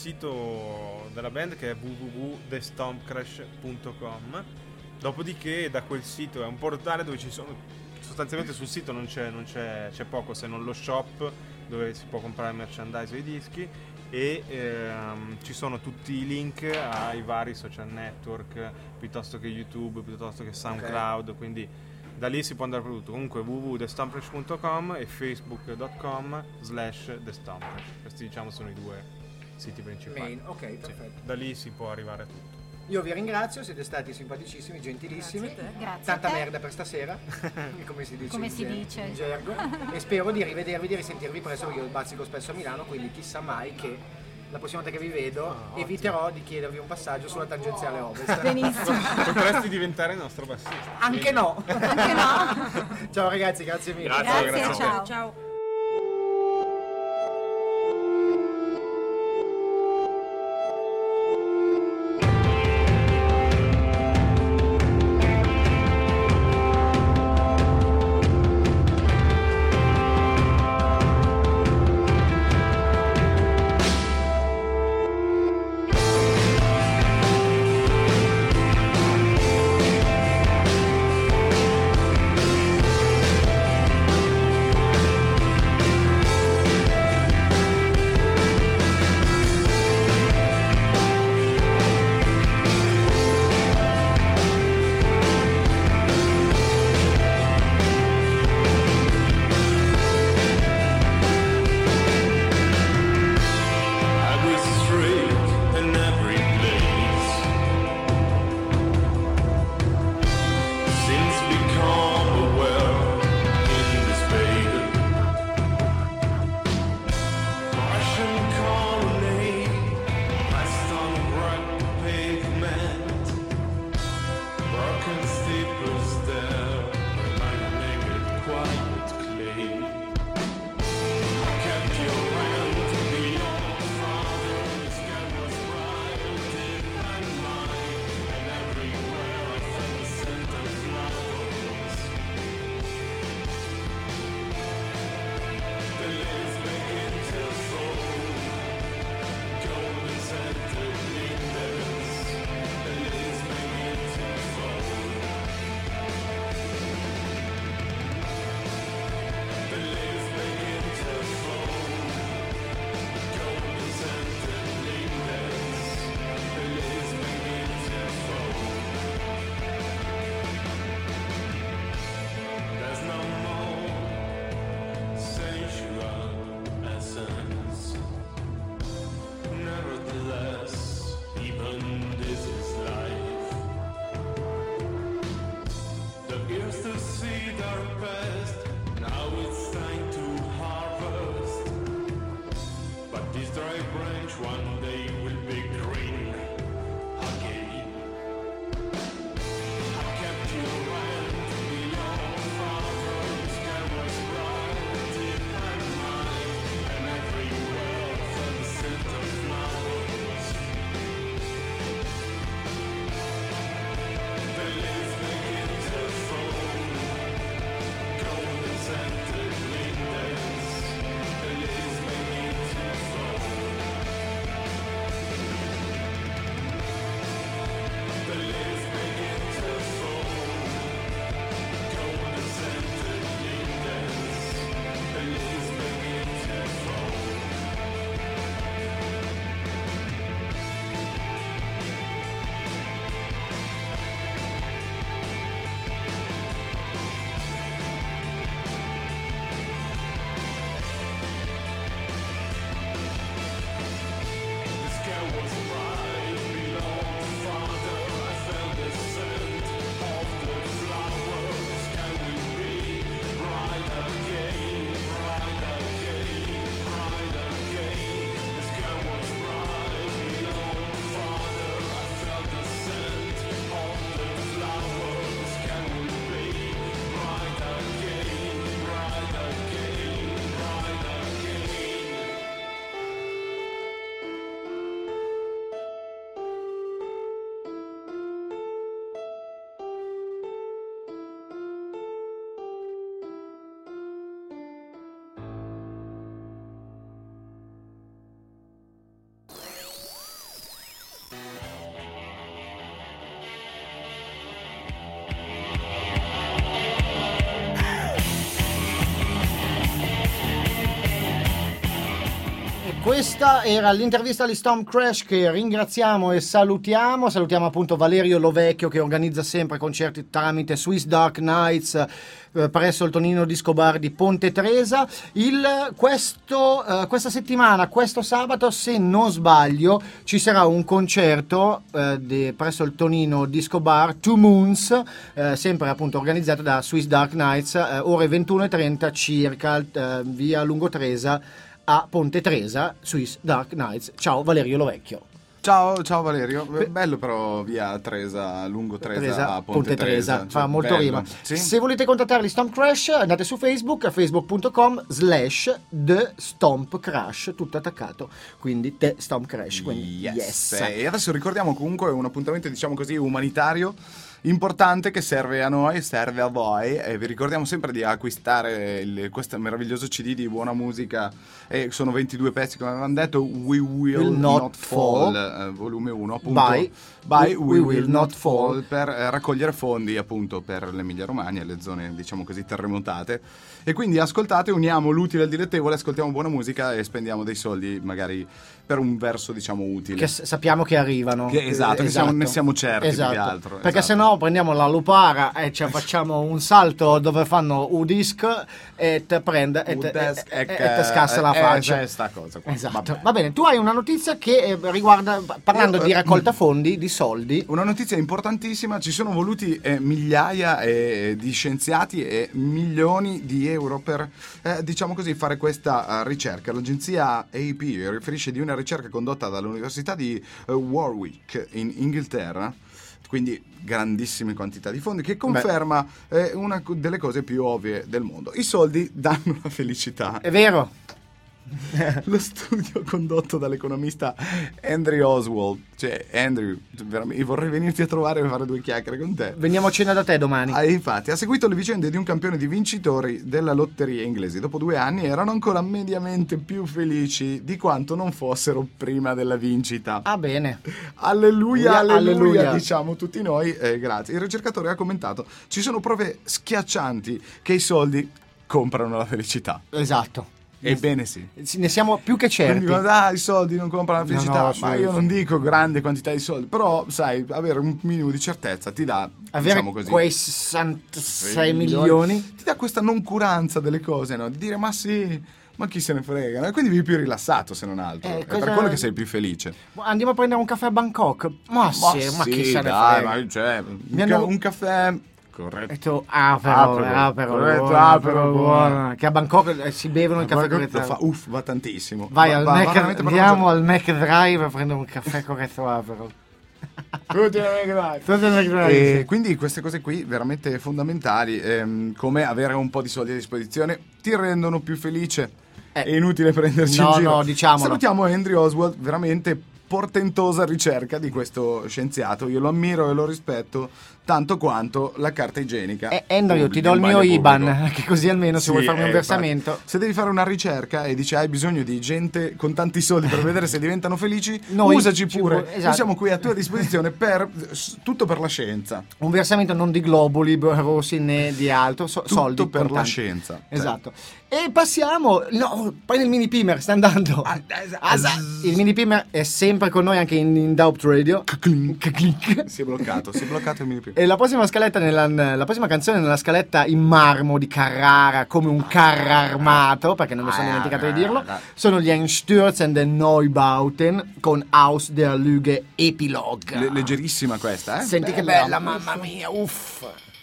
sito della band che è w w w punto the stompcrash punto com. Dopodiché da quel sito è un portale dove ci sono sostanzialmente sul sito non c'è, non c'è, c'è poco se non lo shop dove si può comprare merchandise e i dischi e ehm, ci sono tutti i link ai vari social network piuttosto che YouTube, piuttosto che SoundCloud, quindi da lì si può andare per tutto. Comunque w w w punto the stompcrash punto com e facebook punto com slash the stompcrash. Questi diciamo sono i due siti principali. Main, ok, Sì, perfetto. da lì si può arrivare a tutto. Io vi ringrazio, siete stati simpaticissimi, gentilissimi. Grazie a te. Grazie Tanta a te. merda per stasera, come si dice, Come in si ger- dice. in gergo. E spero di rivedervi, di risentirvi presto, perché io bazzico spesso a Milano, quindi chissà mai che la prossima volta che vi vedo Ah, eviterò di chiedervi un passaggio sulla tangenziale ovest. Benissimo. Potresti diventare il nostro bassista. Anche no. Anche no. Ciao ragazzi, grazie mille. Grazie, Grazie, grazie a te. ciao. Ciao. Questa era l'intervista di Stomp Crash, che ringraziamo e salutiamo. Salutiamo appunto Valerio Lovecchio, che organizza sempre concerti tramite Swiss Dark Nights eh, presso il Tonino Disco Bar di Ponte Tresa. Il, questo, eh, questa settimana, questo sabato, se non sbaglio, ci sarà un concerto eh, de, presso il Tonino Disco Bar, Two Moons, eh, sempre appunto organizzato da Swiss Dark Nights, eh, ore ventuno e trenta circa, eh, via Lungo Tresa a Ponte Tresa, Swiss Dark Nights. Ciao Valerio Lovecchio. Ciao, ciao Valerio. Bello però via Tresa, lungo Tresa, Tresa a Ponte, Ponte Tresa. Tresa, fa Cioè, molto bello. rima. Sì? Se volete contattarli Stomp Crash, andate su Facebook, facebook punto com slash The Stomp Crash, tutto attaccato, quindi The Stomp Crash, quindi Yes. yes. E adesso ricordiamo comunque un appuntamento, diciamo così, umanitario importante, che serve a noi, serve a voi, e vi ricordiamo sempre di acquistare il, questo meraviglioso C D di buona musica, e sono ventidue pezzi come avevamo detto. We Will, Will Not, Not Fall, Fall, eh, volume uno appunto, by, by We, We Will Not Fall, per eh, raccogliere fondi appunto per l'Emilia Romagna e le zone, diciamo così, terremotate. E quindi ascoltate, uniamo l'utile al dilettevole, ascoltiamo buona musica e spendiamo dei soldi magari per un verso, diciamo, utile. Che s- sappiamo che arrivano. Che- esatto, che siamo- ne siamo certi, più Esatto. che altro, Perché esatto. se no prendiamo la lupara e ci facciamo un salto dove fanno U-disc e te prende e te, e, e- e te scassa la faccia. Eh, sta cosa qua. Esatto. Vabbè. Va bene, tu hai una notizia che eh, riguarda, parlando Io, di eh, raccolta fondi, di soldi. Una notizia importantissima: ci sono voluti eh, migliaia eh, di scienziati e milioni di euro per, eh, diciamo così, fare questa eh, ricerca. L'agenzia A P riferisce di una ricerca condotta dall'Università di eh, Warwick in Inghilterra, quindi grandissime quantità di fondi, che conferma eh, una co- delle cose più ovvie del mondo: i soldi danno la felicità. È vero. Lo studio condotto dall'economista Andrew Oswald, cioè Andrew, veramente, vorrei venirti a trovare e fare due chiacchiere con te. Veniamo a cena da te domani. Ah, infatti, ha seguito le vicende di un campione di vincitori della lotteria inglese. Dopo due anni erano ancora mediamente più felici di quanto non fossero prima della vincita. Ah, bene. Alleluia, alleluia, Alleluia. diciamo tutti noi, eh, grazie. Il ricercatore ha commentato: ci sono prove schiaccianti che i soldi comprano la felicità. Esatto. Ebbene sì. Ne siamo più che certi. Quindi dicono, ah, i soldi non comprano la No, felicità. no, Ma sì, io sì. non dico grande quantità di soldi, però sai, avere un minimo di certezza ti dà, Avere diciamo così, quei sessantasei sei milioni. ti dà questa noncuranza delle cose, no? Di dire ma sì, ma chi se ne frega, no? E quindi vivi più rilassato, se non altro. Eh, È cosa- per quello che sei più felice. Andiamo a prendere un caffè a Bangkok. Ma, sì, ma chi se ne dai, frega. ma cioè, un, Mi ca- hanno- un caffè corretto. E tu, ah, però, Aperol, ah, però, corretto, buono, Aperol, però buono. buono. Che a Bangkok eh, si bevono il caffè Guarda, corretto. lo fa, uff, va tantissimo. Vai Va- al va- Mac, va veramente per andiamo mangiare. al Mac Drive a prendere un caffè corretto Aperol. Tutti al Mac Drive. Tutti al Mac Drive. E quindi queste cose qui veramente fondamentali, ehm, come avere un po' di soldi a disposizione, ti rendono più felice. Eh. È inutile prenderci No, in giro. no, diciamolo. Salutiamo Andrew Oswald, veramente portentosa ricerca di questo scienziato. Io lo ammiro e lo rispetto tanto quanto la carta igienica. Eh, Andrew, pubblica, ti do il in mio bagno I B A N, pubblico. che così almeno se Sì, vuoi farmi un eh, versamento. infatti. Se devi fare una ricerca e dici hai bisogno di gente con tanti soldi per vedere se diventano felici, Noi usaci ci pure. vu- Noi esatto. siamo qui a tua disposizione per s- tutto per la scienza. Un versamento non di globuli b- rossi né di altro, so- Tutto soldi per la contanti. scienza. Cioè, Esatto. E passiamo. No, prendi il mini pimer, sta andando. Ah, Asa. Il mini pimer è sempre con noi anche in, in Doubt Radio. Click. Si è bloccato, si è bloccato il mini più. E la prossima scaletta nella, la prossima canzone nella scaletta in marmo di Carrara, come un carro armato, perché non mi sono dimenticato di dirlo, sono gli Einstürzen den Neubauten con Haus der Lüge Epilog. Le- leggerissima questa, eh? Senti che bella, mamma mia, uff.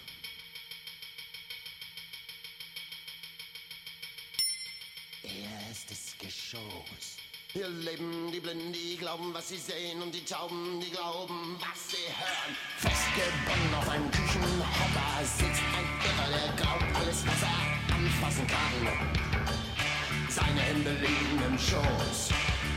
Erstes Geschoss. Hier leben die Blinden, die glauben, was sie sehen, und die Tauben, die glauben, was sie hören. Festgebunden auf einem Küchenhocker sitzt ein Irrer, der glaubt alles, was er anfassen kann. Seine Hände liegen im Schoß.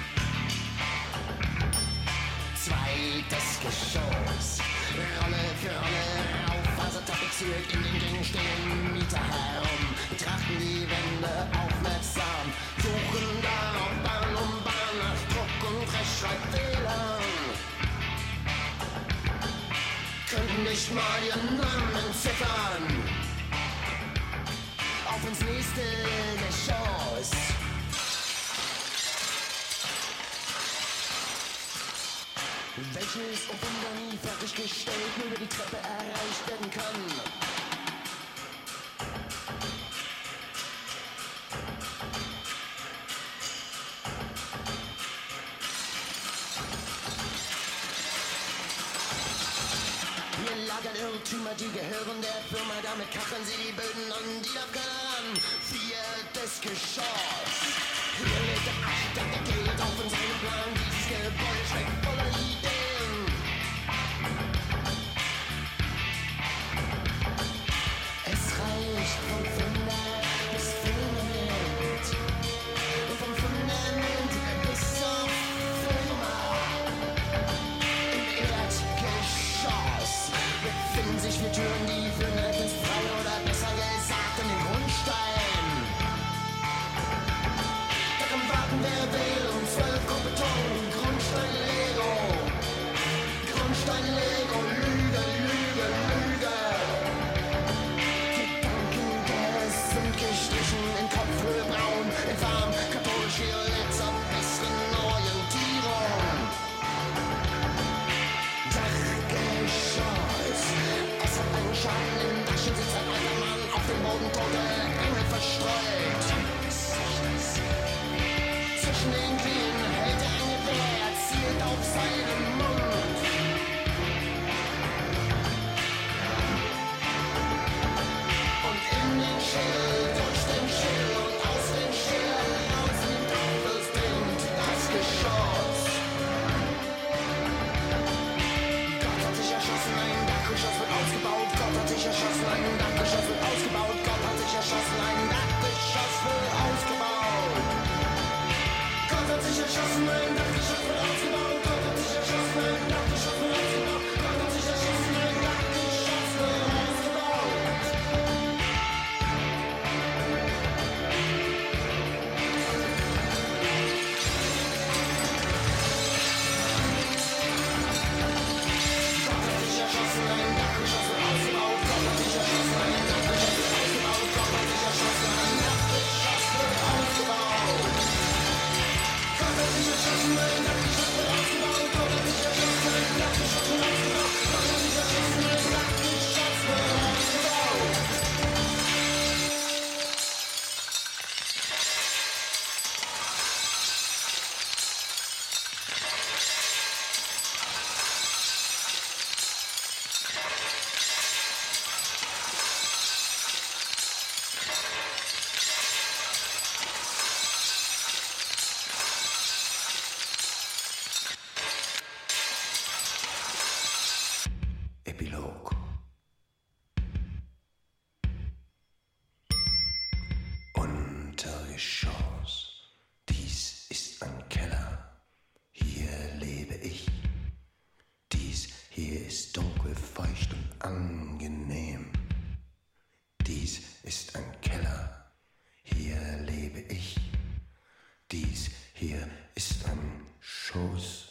Zweites Geschoss. Rolle für Rolle rauf, also tapeziert in den Gängen stehen Mieter herum. Betrachten die Wände aufmerksam, suchen darauf Bahn um Bahn nach Druck und Rechtschreibfehlern. Könnten nicht mal ihren Namen entziffern. Auf ins nächste Geschoss. ist und Wunder nie fertiggestellt, nur über die Treppe erreicht werden kann. Hier lagern Irrtümer, die gehören der Firma, damit kacheln sie die Böden an, die darf keiner ran. Viertes Geschoss. Hier legt der Architekt der Geld auf in seinem Plan, dieses Gebäude steckt voller Ideen. Es reicht vom Fundament bis Fundament und vom Fundament bis zum Firma. Im Erdgeschoss befinden sich vier Türen, die führen direkt ins Freie oder besser gesagt in den Grundstein. Da kann warten, wer will, um zwölf Grund Beton, Grundstein Lego. Grundstein Lego, Lüge, Lüge, Lüge. Gedanken sind gestrichen in Kopfhöhe braun, in Farben katholisch violett zur besseren Orientierung. Dachgeschoss. Es hat einen Schaden im Dachchen, sitzt ein alter Mann auf dem Boden, tote Engel verstreut. Zwischen den Knien hält er ein Gewehr, zielt auf seinen Mund. Und in den Schild, durch den Schild und aus dem Schild, aus dem Teufels dringt das Geschoss. Gott hat sich erschossen, ein Dachgeschoss wird ausgebaut. Gott hat sich erschossen, ein Dachgeschoss wird ausgebaut. Gott hat sich erschossen, ein Dachgeschoss wird ausgebaut. Gott hat sich erschossen, ein Dachgeschoss wird ausgebaut. Gott hat sich erschossen, ein Dachgeschoss wird ausgebaut. Gott hat sich erschossen, ein Dachgeschoss wird ausgebaut. Gott hat sich erschossen, ein Dachgeschoss wird ausgebaut. Gott hat sich erschossen, ein Dachgeschoss wird ausgebaut. Gott hat sich erschossen, ein Dachgeschoss wird ausgebaut. Gott hat sich erschossen, ein Dachgeschoss wird ausgebaut. Gott hat sich erschossen, ein Dachgeschoss wird ausgebaut. Gott hat sich erschossen, ein Dachgeschoss wird ausgebaut. Epilog. Untergeschoss. Dies ist ein Keller. Hier lebe ich. Dies hier ist dunkel, feucht und angenehm. Dies ist ein Keller. Hier lebe ich. Dies hier ist ein Schoß.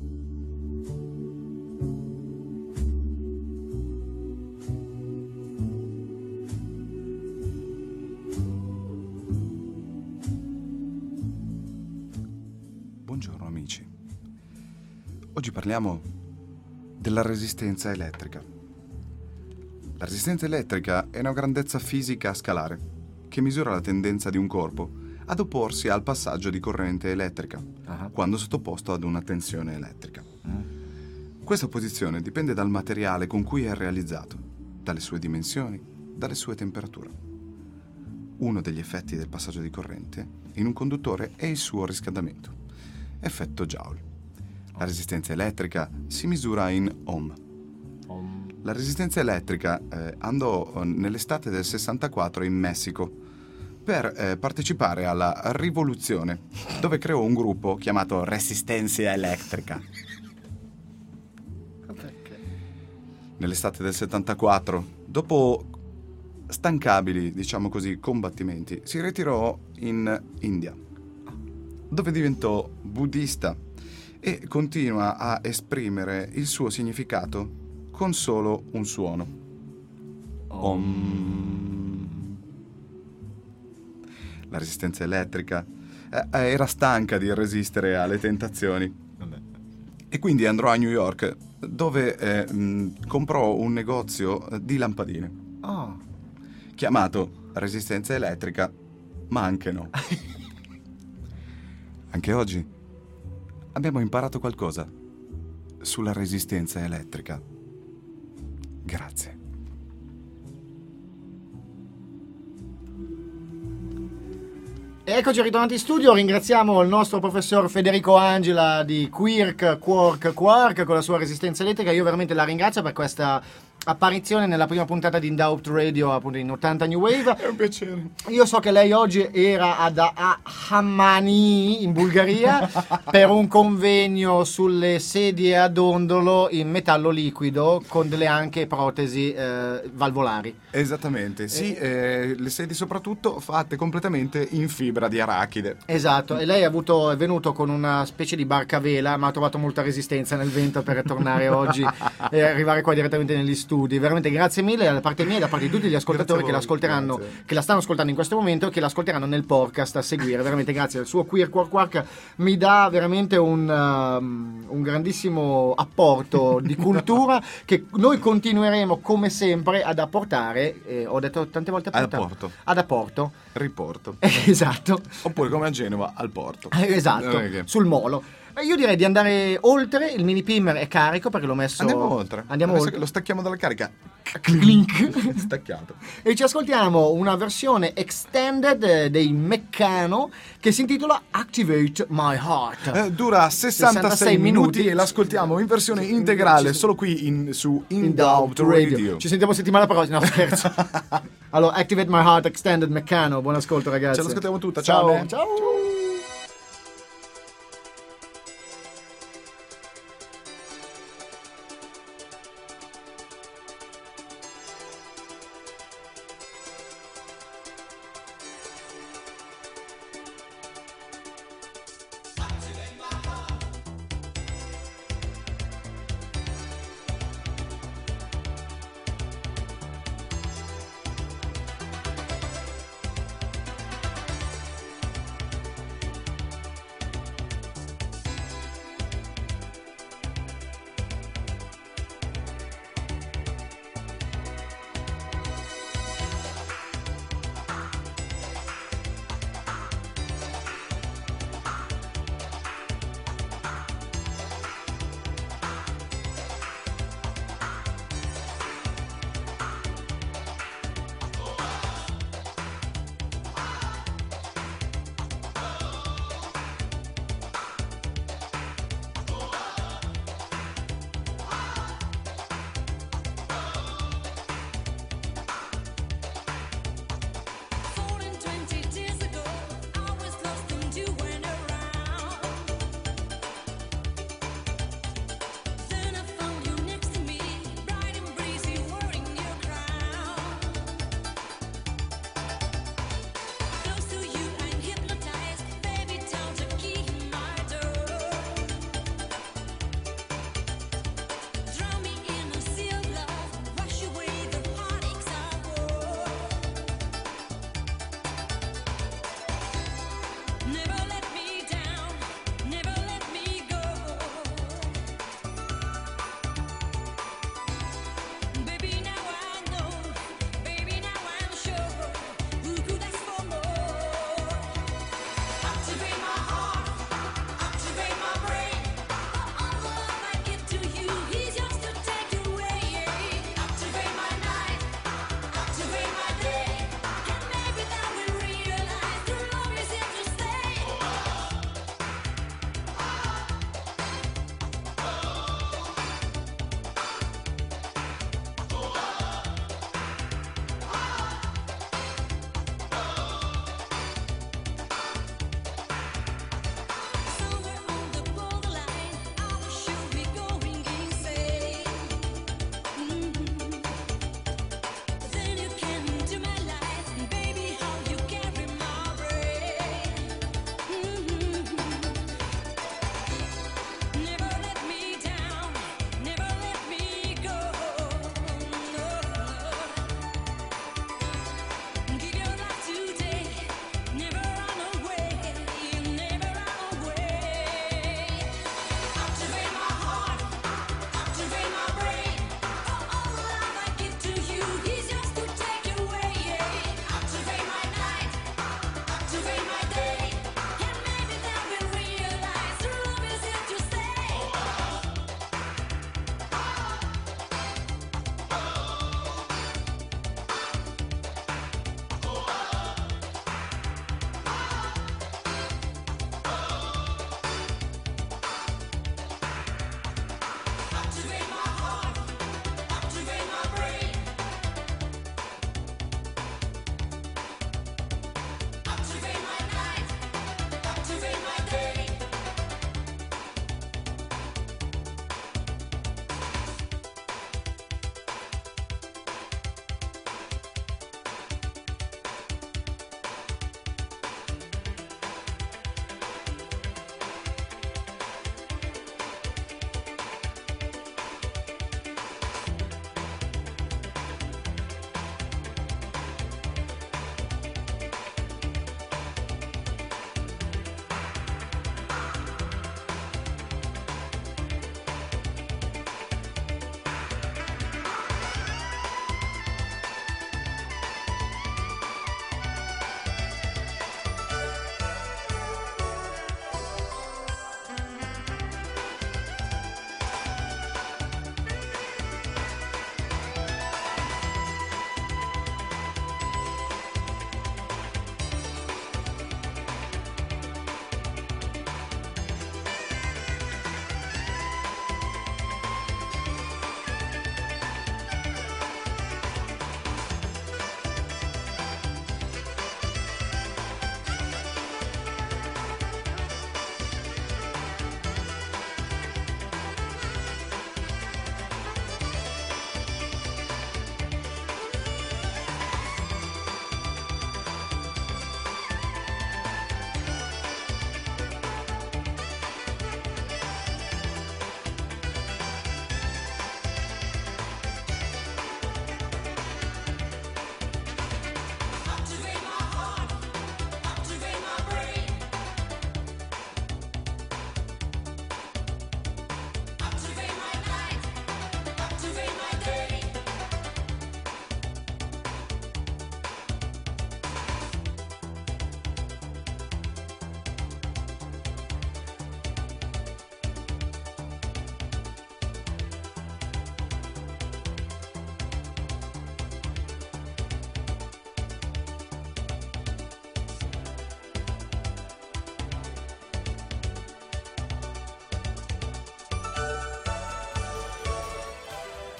Buongiorno amici. Oggi parliamo della resistenza elettrica. La resistenza elettrica è una grandezza fisica scalare che misura la tendenza di un corpo ad opporsi al passaggio di corrente elettrica quando sottoposto ad una tensione elettrica. Questa posizione dipende dal materiale con cui è realizzato, dalle sue dimensioni, dalle sue temperature. Uno degli effetti del passaggio di corrente in un conduttore è il suo riscaldamento, effetto Joule. La resistenza elettrica si misura in ohm. La resistenza elettrica eh, andò nell'estate del sessantaquattro in Messico per eh, partecipare alla rivoluzione, dove creò un gruppo chiamato Resistencia Elettrica. Nell'estate del settantaquattro, dopo stancabili, diciamo così, combattimenti, si ritirò in India, dove diventò buddista e continua a esprimere il suo significato con solo un suono. Om. La resistenza elettrica eh, era stanca di resistere alle tentazioni E quindi andrò a New York, dove eh, mh, comprò un negozio di lampadine Oh. chiamato Resistenza Elettrica, ma anche no. Anche oggi abbiamo imparato qualcosa sulla resistenza elettrica. Grazie. Eccoci ritornati in studio, ringraziamo il nostro professor Federico Angela di Quirk, Quark, Quark con la sua resistenza elettrica. Io veramente la ringrazio per questa apparizione nella prima puntata di Indaupt Radio, appunto in ottanta New Wave. È un piacere. Io so che lei oggi era ad a Hammani in Bulgaria per un convegno sulle sedie a dondolo in metallo liquido con delle anche protesi eh, valvolari. Esattamente, sì, eh, le sedie soprattutto fatte completamente in fibra di arachide. Esatto, e lei è, avuto, è venuto con una specie di barca a vela, ma ha trovato molta resistenza nel vento per tornare oggi e arrivare qua direttamente negli studi. Veramente grazie mille da parte mia e da parte di tutti gli ascoltatori che l'ascolteranno, grazie. che la stanno ascoltando in questo momento e che l'ascolteranno nel podcast a seguire. Veramente grazie, il suo Queer Quark Quark mi dà veramente un, um, un grandissimo apporto di cultura che noi continueremo come sempre ad apportare, eh, ho detto tante volte Ad apportare, apporto. ad apporto. Riporto. Esatto. Oppure come a Genova, al porto. Eh, Esatto, Non è che- sul molo. Eh, Io direi di andare oltre, il mini pimmer è carico perché l'ho messo... Andiamo oltre. Andiamo Adesso oltre. che lo stacchiamo dalla carica. Clink. Staccato. E ci ascoltiamo una versione extended eh, dei Meccano che si intitola Activate My Heart. Eh, dura sessantasei minuti e l'ascoltiamo in versione integrale solo qui in, su Indaupt Radio. Ci sentiamo settimana prossima, no scherzo. Allora, Activate My Heart Extended Meccano, buon ascolto ragazzi. Ce l'ascoltiamo tutta, Ciao. ciao. Ciao. Activate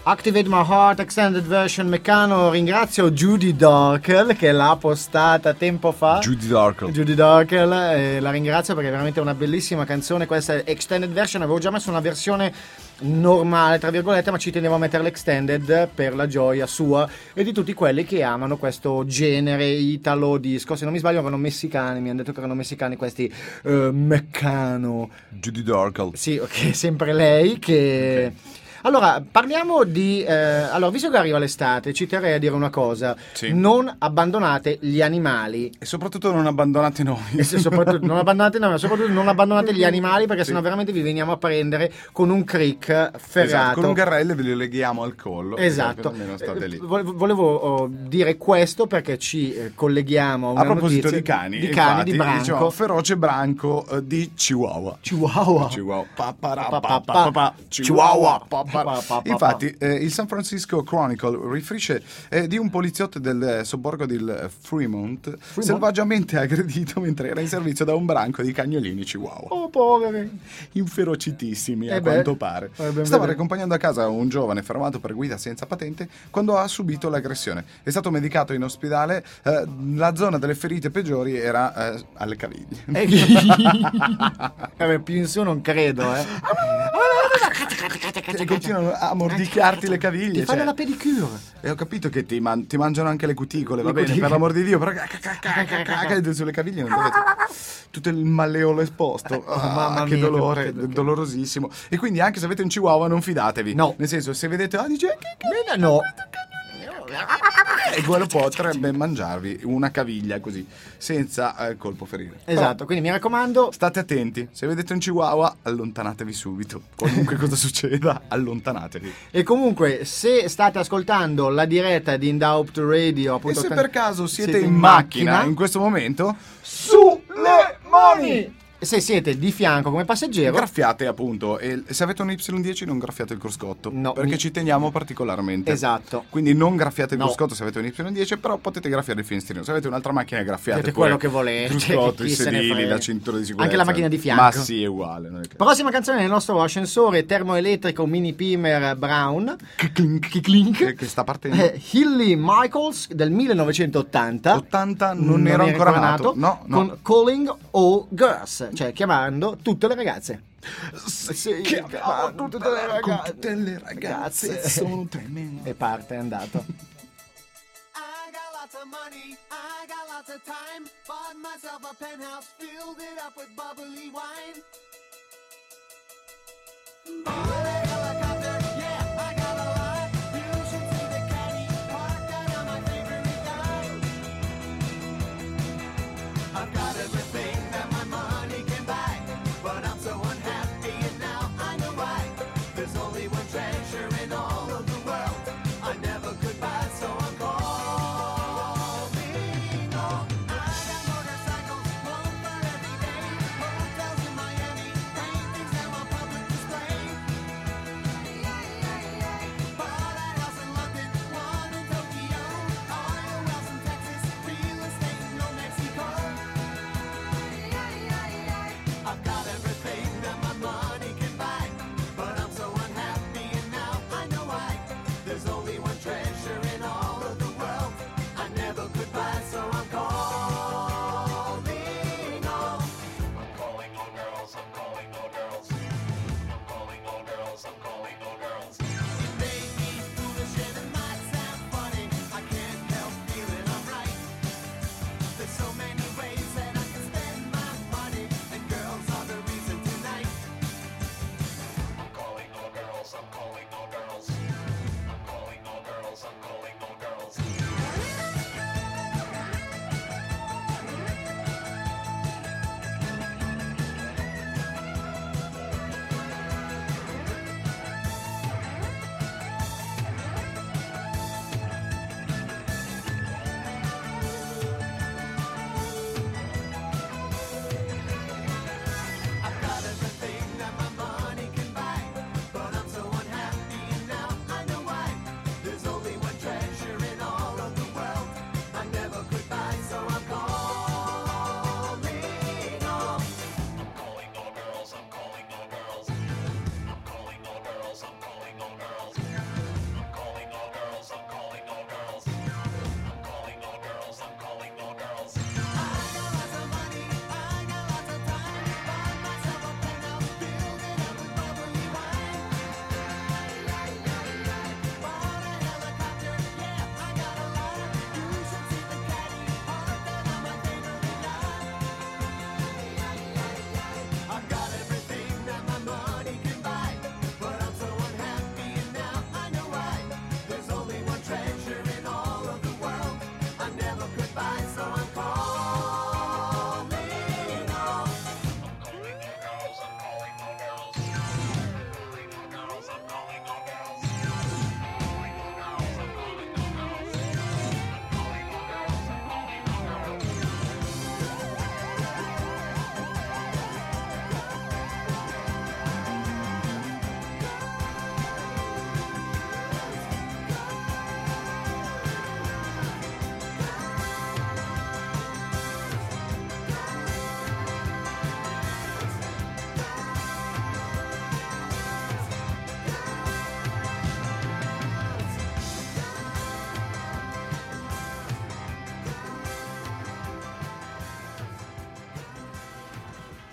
Activate My Heart Extended Version Meccano. Ringrazio Judy Darkel che l'ha postata tempo fa. Judy Darkel. Judy Darkel, eh, la ringrazio perché è veramente una bellissima canzone. Questa è Extended Version. Avevo già messo una versione normale tra virgolette, ma ci tenevo a mettere l'extended per la gioia sua e di tutti quelli che amano questo genere italo disco. Se non mi sbaglio erano messicani, mi hanno detto che erano messicani questi uh, Meccano. Judy Darkel. Sì, ok, sempre lei che... Okay. Allora, parliamo di... Eh, allora, visto che arriva l'estate, ci terrei a dire una cosa. Sì. Non abbandonate gli animali. E soprattutto non abbandonate noi. E se soprattutto non abbandonate noi, ma soprattutto non abbandonate gli animali, perché sì. sennò veramente vi veniamo a prendere con un crick ferrato. Esatto, con un garrello ve li leghiamo al collo. Esatto. Almeno state lì. Volevo oh, dire questo perché ci eh, colleghiamo a una A proposito notizia di cani, di cani, infatti, di branco. diciamo, feroce branco eh, di Chihuahua. Chihuahua. Chihuahua. Pa-pa-ra-pa-pa-pa. Chihuahua. Pa-pa-pa-pa. Infatti, eh, il San Francisco Chronicle riferisce eh, di un poliziotto del eh, sobborgo di Fremont, Fremont selvaggiamente aggredito mentre era in servizio da un branco di cagnolini Chihuahua. Oh, poveri. Inferocitissimi, eh a beh. quanto pare. Eh beh, Stava beh. riaccompagnando a casa un giovane fermato per guida senza patente quando ha subito l'aggressione. È stato medicato in ospedale. Eh, la zona delle ferite peggiori era eh, alle caviglie. Eh, più in su non credo, eh. E continuano a mordicchiarti le caviglie. Ti fanno cioè. la pedicure. E ho capito che ti, man- ti mangiano anche le cuticole, va Le bene, cuticole. per l'amor di Dio, però sulle caviglie non dovete. Tutto il malleolo esposto. Ah, mamma che mia, dolore, che- che- dolorosissimo. E quindi anche se avete un chihuahua non fidatevi. No. Nel senso, se vedete, ah, dice che No. e quello potrebbe mangiarvi una caviglia così, senza eh, colpo ferire. Esatto, quindi mi raccomando, State attenti, se vedete un chihuahua allontanatevi subito, qualunque cosa succeda allontanatevi. e comunque se state ascoltando la diretta di Indaupt Radio, E appunto, se tan- per caso siete, in macchina, in questo momento, sulle mani! Se siete di fianco come passeggero, graffiate appunto, e se avete un Y dieci non graffiate il cruscotto, No, perché mi- ci teniamo particolarmente. esatto. Quindi non graffiate il No. cruscotto se avete un Y dieci, però potete graffiare il finestrino. Se avete un'altra macchina graffiate Fate pure quello che volete, il cruscotto, chi i se ne sedili, frega. la cintura di sicurezza. Anche la macchina di fianco. Ma sì, è uguale. Non è che... prossima canzone nel nostro ascensore termoelettrico mini Pimer Brown che, che, che sta partendo. eh, Hilly Michaels del millenovecentottanta. ottanta non, ero ancora nato. No, no. Con Calling All Girls, cioè chiamando tutte le ragazze. Sì, chiamando tutte tutte le le ragazze. con tutte le ragazze sono tremende. E parte, è andato. I got lots of money, I got lots of time. Bought myself a penthouse, filled it up with bubbly wine. Bought a helicopter, yeah, I got a lot. You should see the caddy parked out on my favorite yacht. I've got everything that my money can buy, but I'm so unhappy and now I know why. There's only one treasure in all of the world I never could buy, so I'm calling all. I got motorcycles, one for every day. Hotels in Miami, paintings now on public display. Bought a house in London, one in Tokyo. Oil wells in Texas, real estate in New Mexico.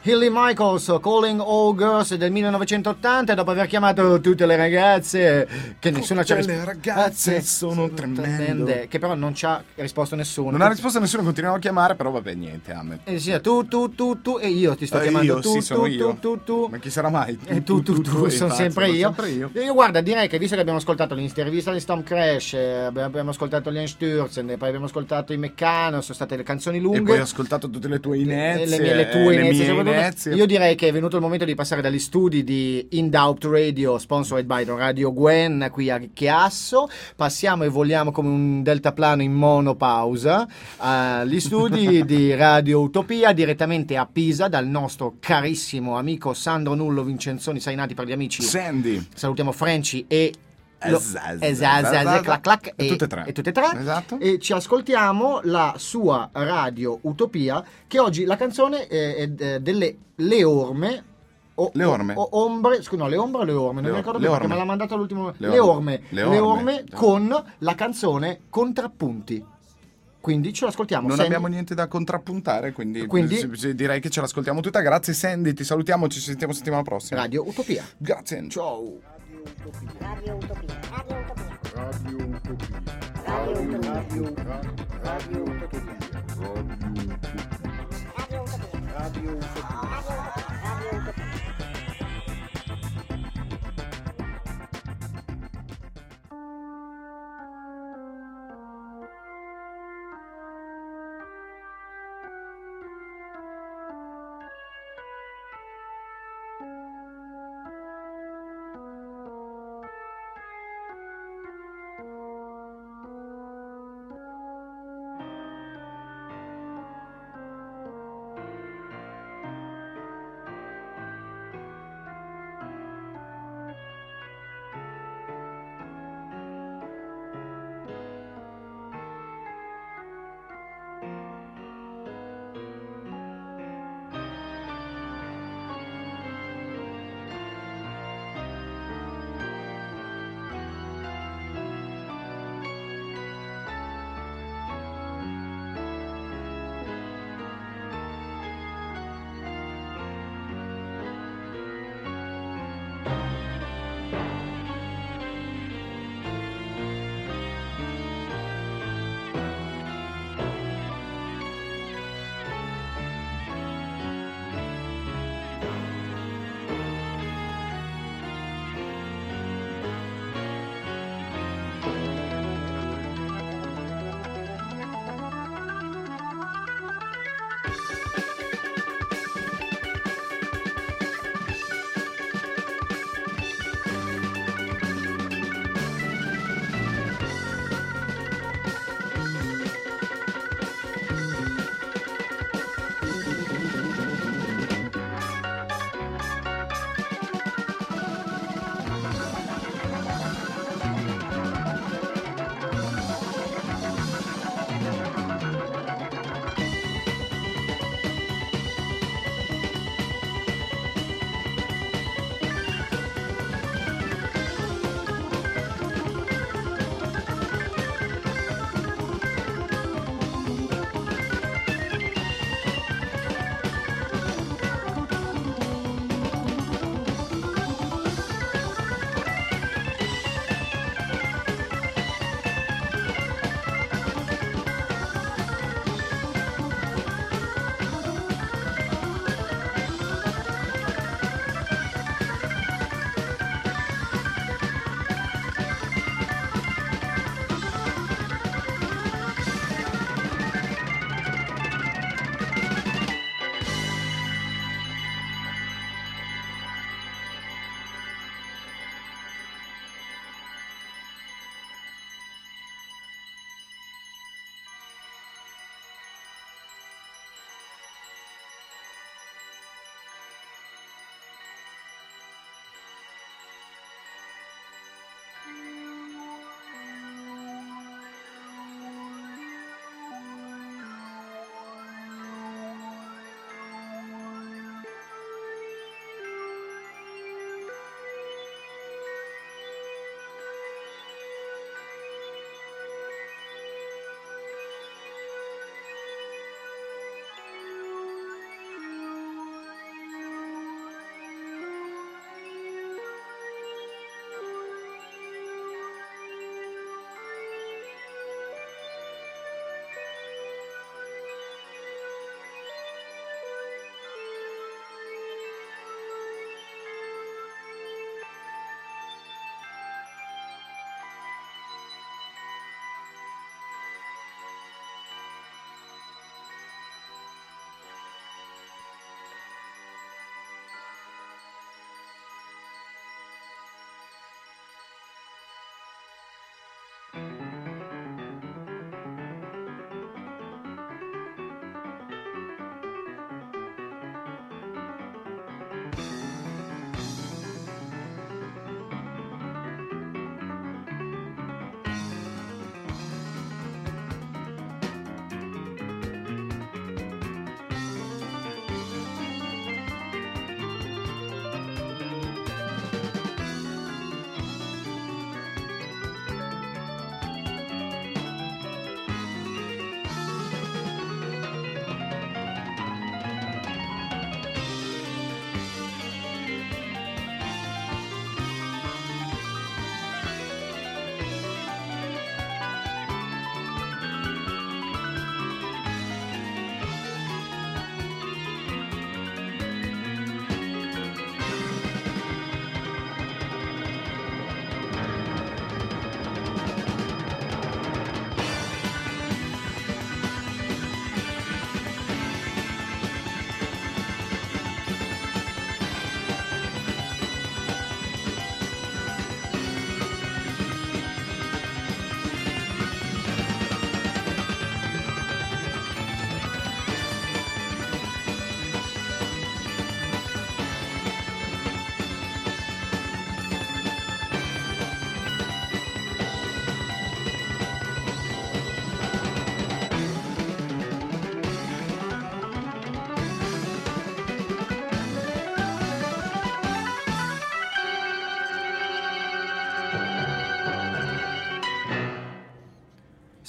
Hilly Michaels, Calling All Girls del millenovecentottanta, dopo aver chiamato tutte le ragazze che nessuna ci ha Tutte le risposto. ragazze sono tremende. Che però non ci ha risposto nessuno. Non ha risposto nessuno, continuiamo a chiamare, però vabbè, niente, Ahmed. E sì, tu, tu, tu, tu, e io ti sto Eh, chiamando io, tu, sì, tu, sono tu, io. tu, tu, Ma chi sarà mai? E tu, tu, tu, e sono pazzo, sempre sono io. sempre io. Io guarda, direi che visto che abbiamo ascoltato l'intervista di Storm Crash, eh, abbiamo abbiamo ascoltato gli Einstürzen, poi abbiamo ascoltato i Meccano, sono state le canzoni lunghe. E poi ho ascoltato tutte le tue inezie. le, mie, le tue eh, le inezie, mie soprattutto. inezie. Io direi che è venuto il momento di passare dagli studi di In Doubt Radio, sponsored by Radio Gwen qui a Chiasso. Passiamo e voliamo come un deltaplano in monopausa agli studi di Radio Utopia, direttamente a Pisa dal nostro carissimo amico Sandro Nullo Vincenzoni, Sainati per gli amici. Sandy. Salutiamo Franci e Lo- Esatto. esatto, esatto, clac, clac, E tutte e tre. e tutte e tre. Esatto. E ci ascoltiamo la sua Radio Utopia, che oggi la canzone è, è- è delle Le Orme o, Le Orme. o, o Ombre, scusa, no, Le Ombre o Le Orme, non Le mi or- ricordo Le più perché Orme. me l'ha mandato all'ultimo. Le Le Orme. Orme, Le Le Orme. Orme con la canzone Contrappunti. Quindi ce l'ascoltiamo. Non Sandy. abbiamo niente da contrappuntare, quindi, Quindi- s- s- direi che ce l'ascoltiamo tutta. Grazie Sandy, ti salutiamo, ci sentiamo settimana prossima. Radio Utopia. Grazie. Ciao. Radio Utopia. Radio Utopia. Radio Utopia. Radio Utopia. Radio Radio Radio Utopia. Radio Utopia. Radio Utopia. Radio Utopia.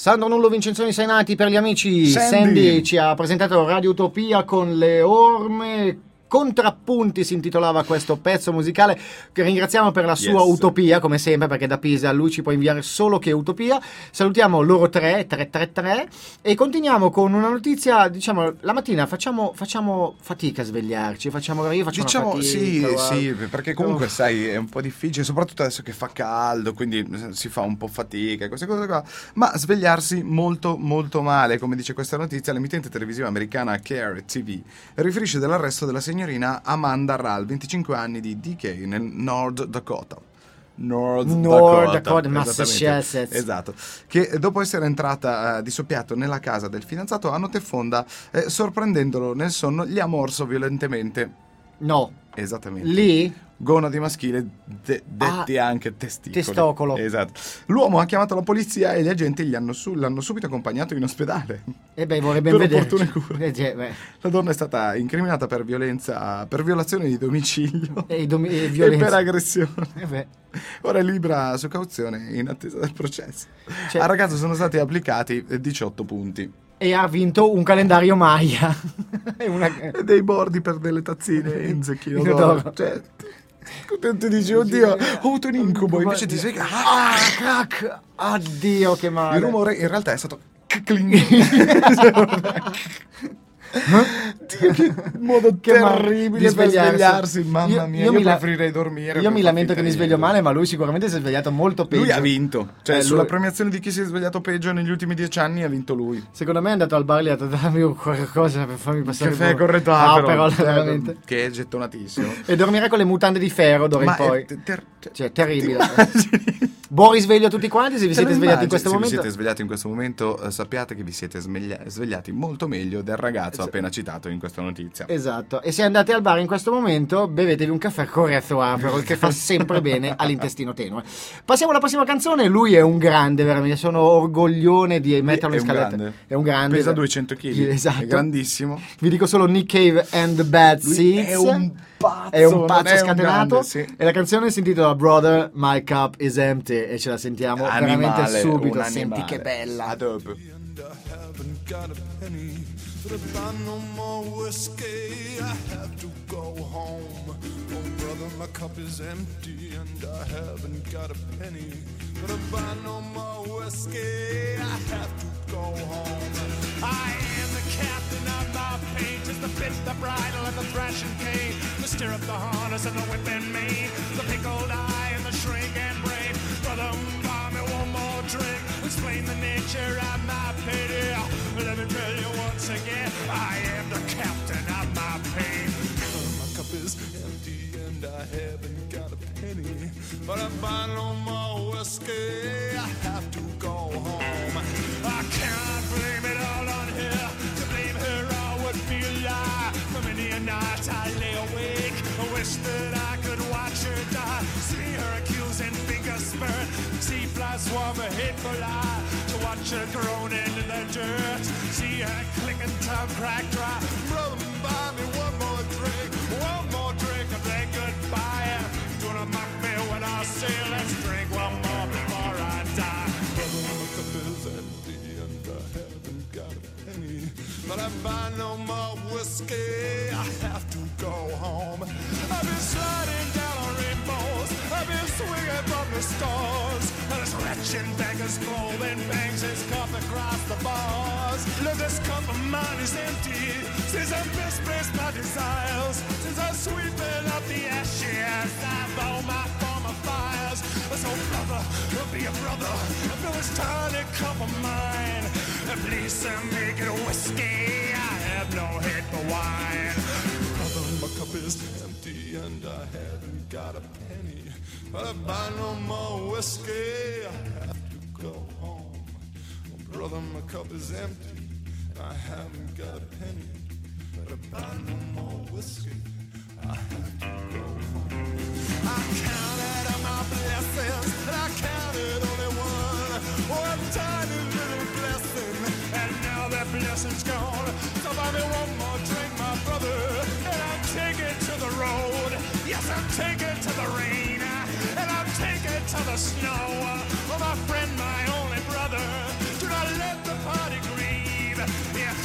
Sandro Nullo, Vincenzoni Senati per gli amici. Sandy. Sandy ci ha presentato Radio Utopia con le orme contrappunti, si intitolava questo pezzo musicale, che ringraziamo per la sua Yes. utopia, come sempre, perché da Pisa a lui ci può inviare solo che utopia. Salutiamo loro tre, tre tre tre, e continuiamo con una notizia. Diciamo, la mattina facciamo, facciamo fatica a svegliarci, facciamo, io faccio Diciamo una sì, fatica, guarda. sì, perché comunque Oh. sai è un po' difficile, soprattutto adesso che fa caldo, quindi si fa un po' fatica, queste cose qua, ma svegliarsi molto molto male, come dice questa notizia. L'emittente televisiva americana Care T V riferisce dell'arresto della signorina Amanda Rall, venticinque anni, di D K nel North Dakota. North, North Dakota, Dakota, esattamente. Massachusetts. Esatto, che dopo essere entrata eh, di soppiatto nella casa del fidanzato a notte fonda, eh, sorprendendolo nel sonno, gli ha morso violentemente. No, Esattamente. lì Gonadi maschile, de- detti anche testicoli. testocolo. Esatto. L'uomo ha chiamato la polizia e gli agenti gli hanno su- l'hanno subito accompagnato in ospedale. e beh, vorrei ben Per vedere. opportune cure. Eh, cioè, beh, La donna è stata incriminata per violenza, per violazione di domicilio e i domi- e e violenza. per aggressione. Eh beh. Ora è libera su cauzione in attesa del processo. Cioè- Al ragazzo sono stati applicati diciotto punti. E ha vinto un calendario Maya. E una... E dei bordi per delle tazzine in zecchino In d'oro. d'oro. Cioè, tu dici, oddio, ho avuto un incubo, invece ti svegli. Ah, crack! Addio, che male. Il rumore in realtà è stato Dio, che modo Che ma- terribile di per svegliarsi. svegliarsi, mamma Io- mia. io Io, mi la- preferirei dormire. Io per mi far lamento finta che mi di sveglio niente. male, ma lui sicuramente si è svegliato molto peggio. Lui ha vinto, cioè Eh, sulla lui- premiazione di chi si è svegliato peggio negli ultimi dieci anni ha vinto lui. Secondo me è andato al bar e ha detto dammi un qualcosa per farmi passare Caffè il po'." corretto, Ah, però cioè, veramente. che è gettonatissimo. E dormire con le mutande di ferro d'ora in Ma poi. è ter- ter- Cioè, terribile. immagini? Buon risveglio a tutti quanti, se vi Te lo siete svegliati in immagini? questo Se momento. vi siete svegliati in questo momento, eh, sappiate che vi siete smeglia- svegliati molto meglio del ragazzo appena citato in questa notizia. Esatto, e se andate al bar in questo momento bevetevi un caffè corretto Aperol, che fa sempre bene all'intestino tenue. Passiamo alla prossima canzone. Lui è un grande, veramente, sono orgoglione di metterlo è in un scaletta. grande. È un grande. Pesa duecento chili, Esatto. è grandissimo. Vi dico solo Nick Cave and the Bad Lui Seeds. è un pazzo, È un non pazzo è un scatenato. grande, sì. E la canzone si intitola Brother, My Cup is Empty, e ce la sentiamo veramente Animale, subito. un Senti animale. che bella. A dopo. haven't got a penny, but I buy no more whiskey. I have to go home. Oh, brother, my cup is empty, and I haven't got a penny, but I buy no more whiskey. I have to go home. I am the captain of my pain, just the bit, the bridle, and the thrashing cane, the stirrup, the harness, and the whip and mane, the pickled eye, and the shrink and brain. Brother, buy me one more drink. Explain the nature of my pity. Let me tell you once again, I am the captain of my pain. My cup is empty and I haven't got a penny, but I buy no more whiskey. I have to go home. I can't blame it all on her. To blame her I would be a lie. For many a night I lay awake, I wish that I could watch her die. See her accusing fingers burn, see flies swarm a hateful lie. To watch her groaning in the dirt, see her clicking tongue crack dry. Brother, buy me one more drink, one more drink and then goodbye. Do not mock me when I say let's drink one more before I die. Brother, my cup is empty and I haven't got a penny, but I buy no more whiskey. I have to go home. I've been sliding down on rainbows, I've been swinging from the stars, and this wretched beggar's clothing bangs his cup across the bars. Look, this cup of mine is empty, since I've misplaced my desires, since I'm sweeping up the ashes of all my former fires. So brother, be a brother, fill this tiny cup of mine, and please uh, make it whiskey. I have no head for wine. Brother, my cup is empty and I haven't got a penny, but I buy no more whiskey. I have to go home. Oh, brother, my cup is empty. I haven't got a penny, but I buy no more whiskey. I have to go home. I counted all my blessings, and I counted only one. One tiny little blessing, and now that blessing's gone. So buy me one more drink, my brother, and I'm taking to the road. Yes, I'm taking to the rain, and I'm taking to the snow. Oh, my friend, my only brother, do not let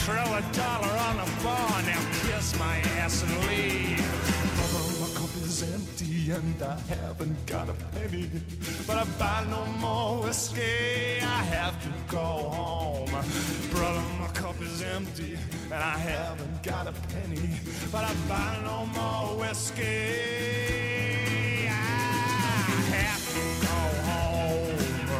throw a dollar on the bar, now kiss my ass and leave. Brother, my cup is empty and I haven't got a penny, but I buy no more whiskey, I have to go home. Brother, my cup is empty and I haven't got a penny, but I buy no more whiskey, I have to go home.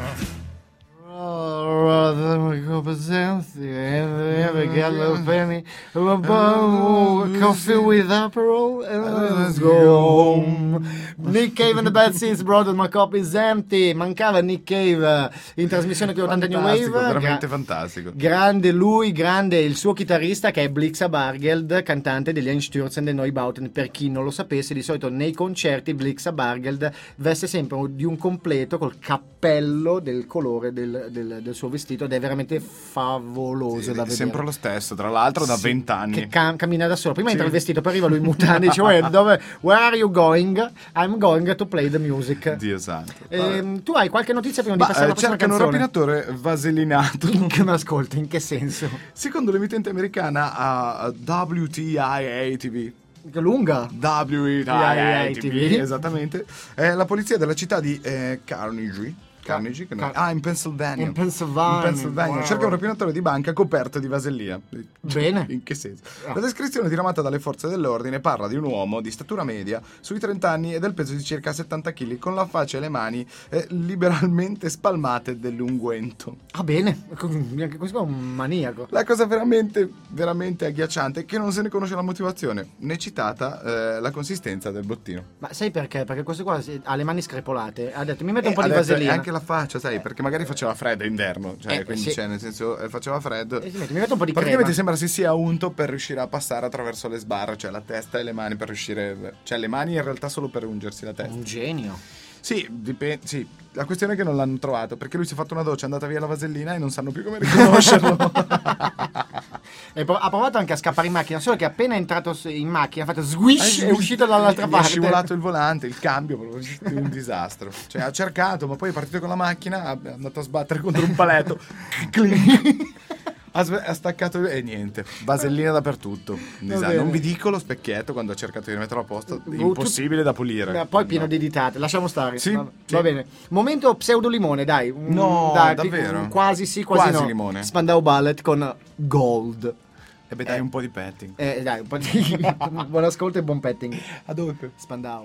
Brother, my cup is empty and I haven't got a penny, but I buy coffee with Aperol and let's go home. Nick Cave and the Bad Seeds, Brother, my cup is empty. Mancava Nick Cave in trasmissione qui ottanta New Fantastico, Wave. veramente Gra- fantastico. Grande lui, grande il suo chitarrista che è Blixa Bargeld, cantante degli Einstürzen e Neubauten. Per chi non lo sapesse, di solito nei concerti Blixa Bargeld veste sempre di un completo col cappello del colore del, del, del suo vestito ed è veramente favoloso Sì, da è vedere. sempre lo stesso, tra l'altro da Sì, vent'anni. che cam- cammina da solo. Prima Sì. entra il vestito, poi arriva lui in mutande e dice "Uè, dove, where are you going? I'm going to play the music." Dio santo. Ehm, tu hai qualche notizia prima Ma, di passare alla eh, prossima cercano un canzone? rapinatore vaselinato. Che mi ascolta, in che senso? Secondo l'emittente americana a W T I A T V. Che lunga? W T I A T V, esattamente. È la polizia della città di eh, Carnegie. Carnegie? Che non- Car- ah, in Pennsylvania. In Pennsylvania. In Pennsylvania. Wow. Cerca un rapinatore di banca coperto di vasellina. Bene. In che senso? Ah. La descrizione diramata dalle forze dell'ordine parla di un uomo di statura media, sui trenta anni e del peso di circa settanta chili, con la faccia e le mani eh, liberalmente spalmate dell'unguento. Ah, bene. Anche questo è un maniaco. La cosa veramente, veramente agghiacciante è che non se ne conosce la motivazione, né citata eh, la consistenza del bottino. Ma sai perché? Perché questo qua si- ha le mani screpolate. Ha detto mi metto un Eh, po' di ha detto, vasellina. e anche la faccia, sai, perché magari faceva freddo inverno, cioè, Eh, quindi sì. cioè, nel senso eh, faceva freddo. E si mette- mi metto un po' di Praticamente crema. sembra si sia unto per riuscire a passare attraverso le sbarre, cioè la testa e le mani per riuscire, cioè le mani in realtà solo per ungersi la testa. Un genio. Sì, dipende, sì, la questione è che non l'hanno trovato, perché lui si è fatto una doccia, è andata via la vasellina e non sanno più come riconoscerlo. E pro- ha provato anche a scappare in macchina, solo che appena è entrato s- in macchina ha fatto swish e è Eh, uscito dall'altra gli parte. è scivolato il volante, il cambio, proprio un disastro. Cioè ha cercato, ma poi è partito con la macchina, è andato a sbattere contro un paletto. Cling. Ha, sve- ha staccato e niente, vasellina dappertutto. Un disastro. bene. Non vi dico lo specchietto quando ha cercato di rimetterlo a posto, Uh, impossibile da pulire. Ma poi pieno No. di ditate, lasciamo stare. Sì, va, sì. va bene. Momento pseudolimone, dai. Un- No, dai, davvero? pic- Quasi sì, quasi, Quasi no. limone. Spandau Ballet con Gold. E beh, dai un po' di petting. Eh, dai, un po' di buon ascolto e buon petting. A dove? Spandau.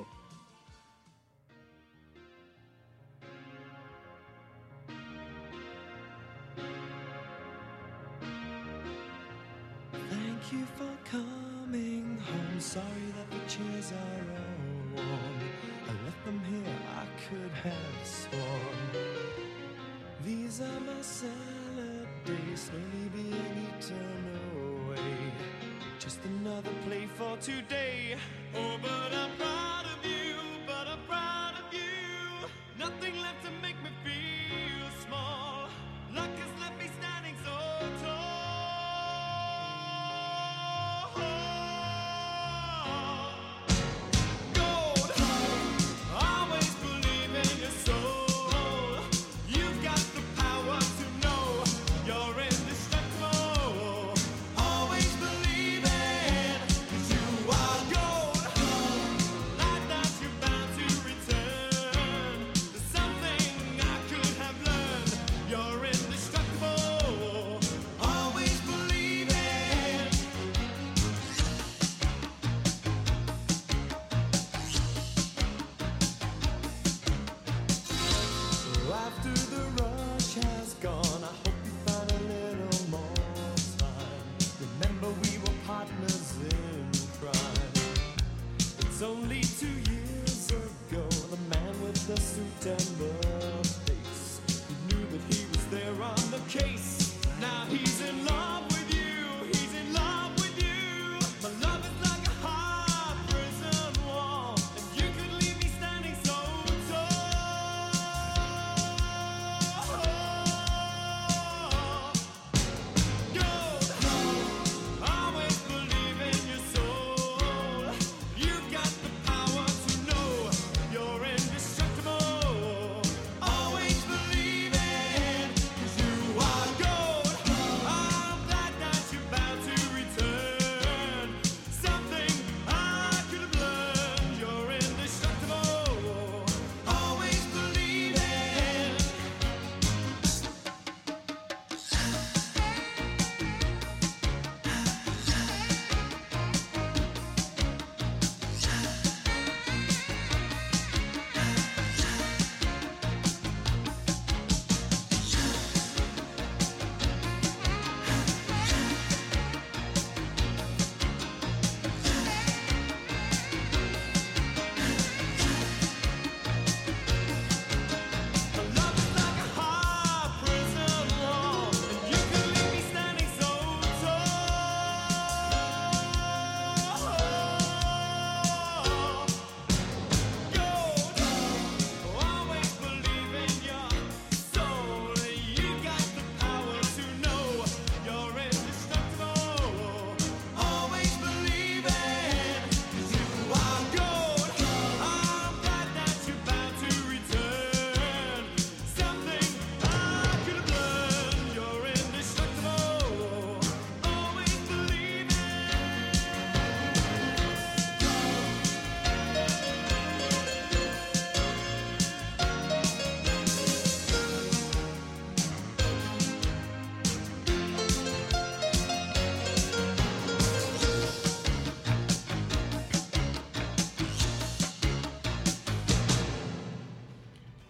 Thank you for coming home. Sorry that the chairs are all warm. I left them here, I could have sworn. These are my salad days, slowly being eaten away. Just another play for today. Oh, but I'm proud of you, but I'm proud of you. Nothing left to make me feel small. Luck has left me standing so tall. Gold, always believe in your soul. You've got the power to know you're indestructible. Always believe it, 'cause you are gold. Like that you're bound to return. There's something I could have learned. You're indestructible. Always believe it. So after the rush has gone, I hope you find a little more time. Remember we were partners in crime. It's only two years ago, the man with the suit and the face, he knew that he was there on the case. Now he's in love with you, he's in love with you. My love is like a hard prison wall, and you could leave me standing so tall. Gold, always believe in your soul. You've got the power to know you're indestructible.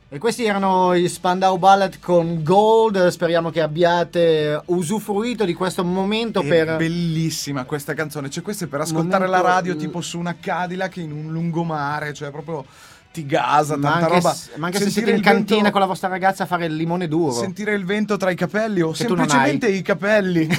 E questi erano i Spandau Ballet con Gold, speriamo che abbiate usufruito di questo momento È per... bellissima questa canzone, cioè questa è per ascoltare Momento- la radio tipo su una Cadillac in un lungomare, cioè proprio ti gasa, Ma tanta anche, roba. s- ma anche se Sentire siete in il cantina vento- con la vostra ragazza a fare il limone duro. Sentire il vento tra i capelli o Che tu non semplicemente i capelli.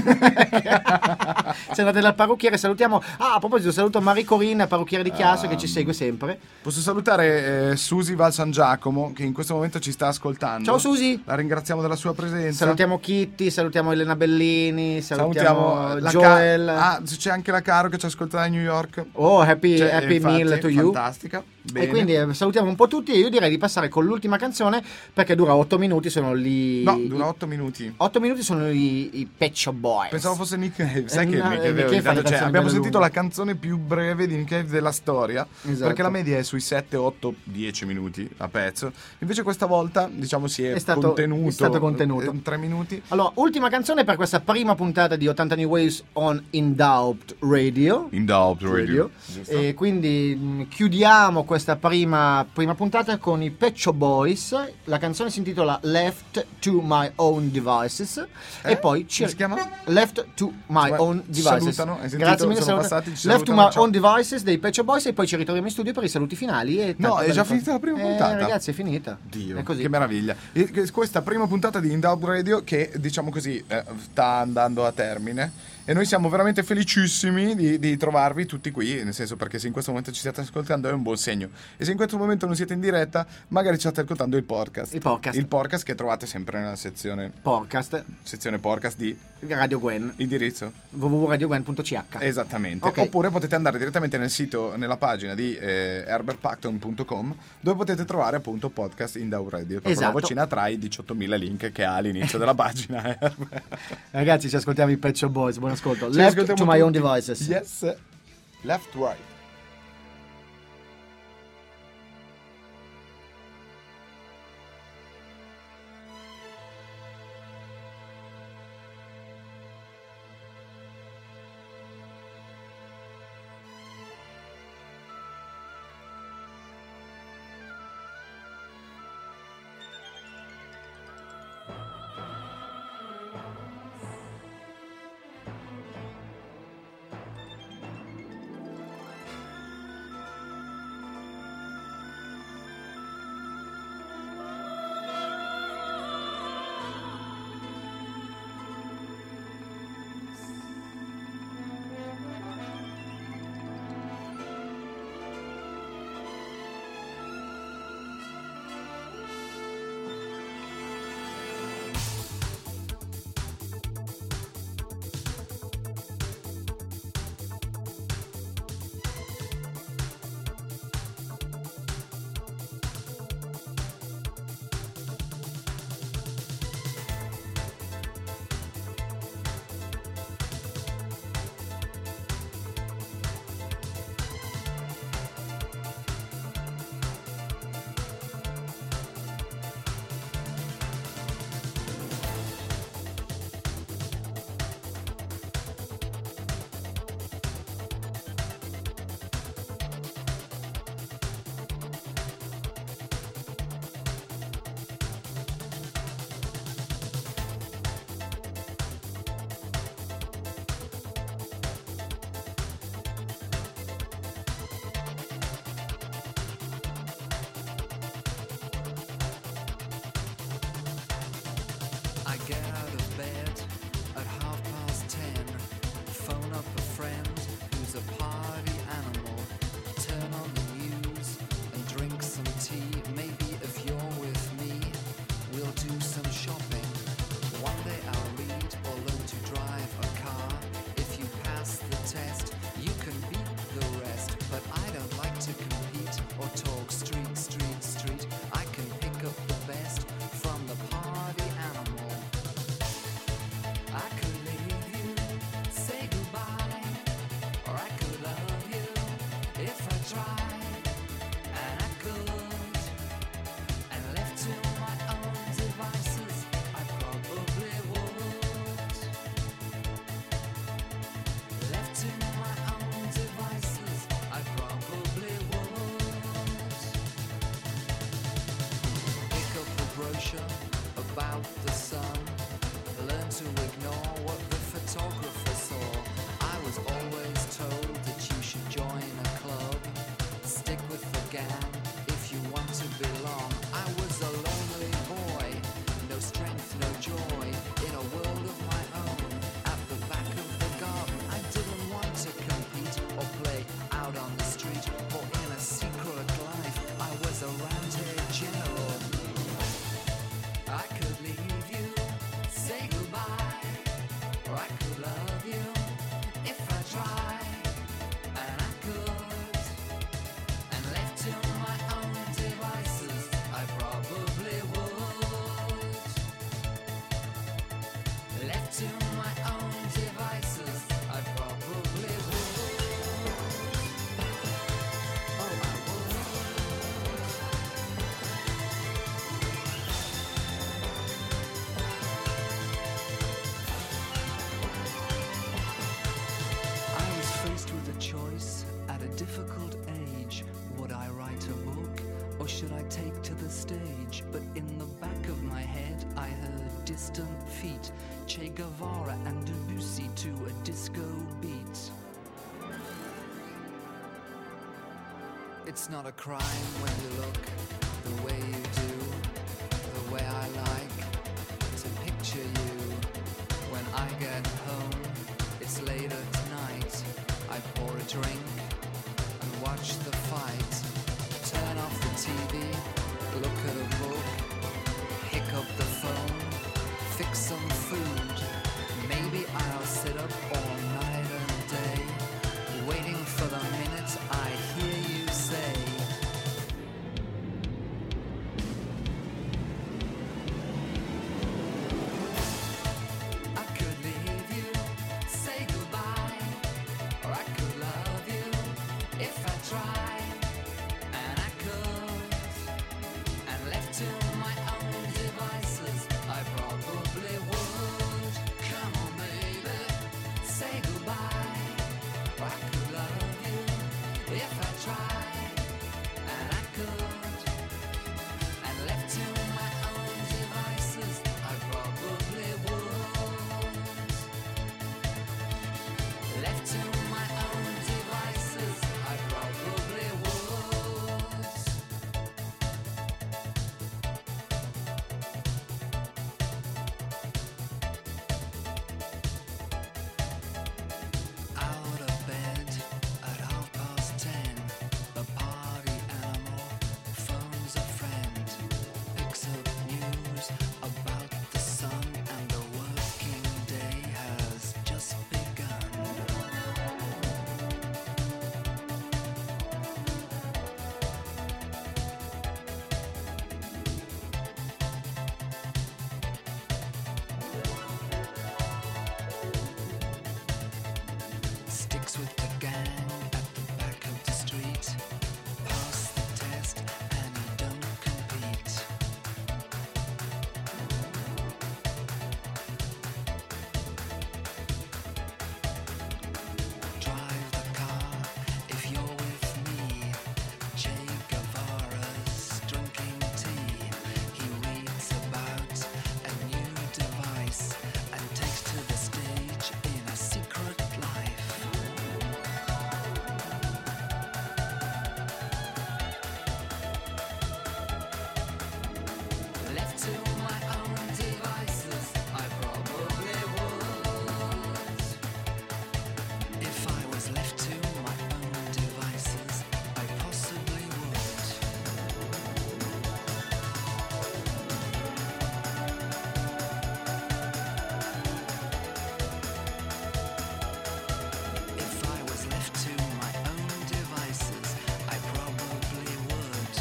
Se andate dal parrucchiere, salutiamo. Ah, a proposito, saluto Marie Corinne, parrucchiere di Chiasso, che ci segue sempre. Posso salutare eh, Susi Val San Giacomo che in questo momento ci sta ascoltando. Ciao Susi. La ringraziamo della sua presenza. Salutiamo Kitty, salutiamo Elena Bellini, salutiamo, Salutiamo la Joel. Ca- ah, c'è anche la Caro che ci ascolta da New York. Oh, happy, Cioè, happy infatti, meal to you. Fantastica. Bene. E quindi eh, salutiamo un po' tutti e io direi di passare con l'ultima canzone perché dura otto minuti, sono lì... No, dura otto minuti. otto minuti sono i, i Pet Shop Boys. Pensavo fosse Nick Cave. Sai Eh, che no, Nick eh, Cave, Nick Cave ogni fa tanto le c'è- canzoni abbiamo belle sentito lunghe. la canzone più breve di Nick Cave della storia. Esatto. Perché la media è sui sette, otto, dieci minuti a pezzo. Invece questa volta, diciamo, si è, È stato- contenuto. è stato contenuto. In tre minuti. Allora, ultima canzone per questa prima puntata di ottanta New Waves on Indoubt Radio. In Doubt Radio. E quindi mh, chiudiamo questa prima, prima puntata con i Pet Shop Boys. La canzone si intitola Left to My Own Devices. Eh? E poi ci Come si chiama? Left to My Ci- Own ci Devices. salutano? Hai sentito? Grazie mille. Sono saluta- passati, ci Left to salutano, My ciao. Own Devices dei Pet Shop Boys. E poi ci ritroviamo in studio per i saluti finali. E No, tante è già belle finita la prima cose. puntata. Eh, ragazzi, è finita. Dio, È così. che meraviglia. E que- questa prima puntata di In Doubt Radio che, diciamo così, eh, sta andando a termine. E noi siamo veramente felicissimi di, di trovarvi tutti qui, nel senso perché se in questo momento ci state ascoltando è un buon segno. E se in questo momento non siete in diretta, magari ci state ascoltando il podcast. Il podcast. Il podcast che trovate sempre nella sezione, Podcast sezione podcast di Radio Gwen. indirizzo. w w w punto radio gwen punto c h. Esattamente. Ok. Oppure potete andare direttamente nel sito, nella pagina di eh, herbert pacton punto com dove potete trovare appunto podcast in Doubt Radio. Proprio Esatto. la vocina tra i diciottomila link che ha all'inizio della pagina. Ragazzi, ci ascoltiamo i Pet Shop Boys. Buon ascolto. Ci Left ascoltiamo to My Own tutti. Devices. Yes. Left, right. should I take to the stage? But in the back of my head I heard distant feet, Che Guevara and Debussy to a disco beat. It's not a crime when you look the way you do, the way I like to picture you. When I get home, it's later tonight, I pour a drink and watch the fight. Turn off the T V, look at a book, pick up the phone, fix some food. Maybe I'll sit up all night and day, waiting for the minute I hear you say, I could leave you, say goodbye, or I could love you if I tried, and I could, and left to my own devices, I probably would. Come on baby, say goodbye, or I could love you if I tried, and I could, and left to my own devices, I probably would. Left to my own devices, I probably would. Out of bed at half past ten, the party animal phones a friend, picks up news about the sun, and the working day has just begun. Sticks with the gang at the back of the street, pass the test and you don't compete. Drive the car if you're with me, Che Guevara's drinking tea. He reads about a new device and takes to the stage in a secret life. Left to my own devices, I probably would. If I was left to my own devices, I possibly would. If I was left to my own devices, I probably would.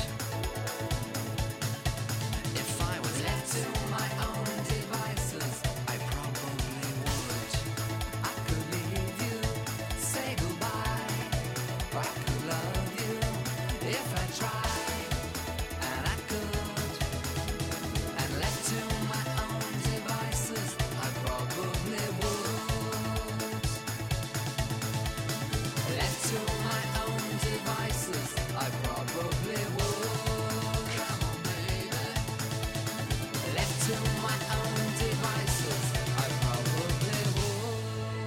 If I was left to my own devices, I probably would. I could leave you, say goodbye, or I could love you if I tried, and I could, and left to my own devices, I probably would. Left to my own devices, I probably would. Come on baby. Left to my own devices, I probably would.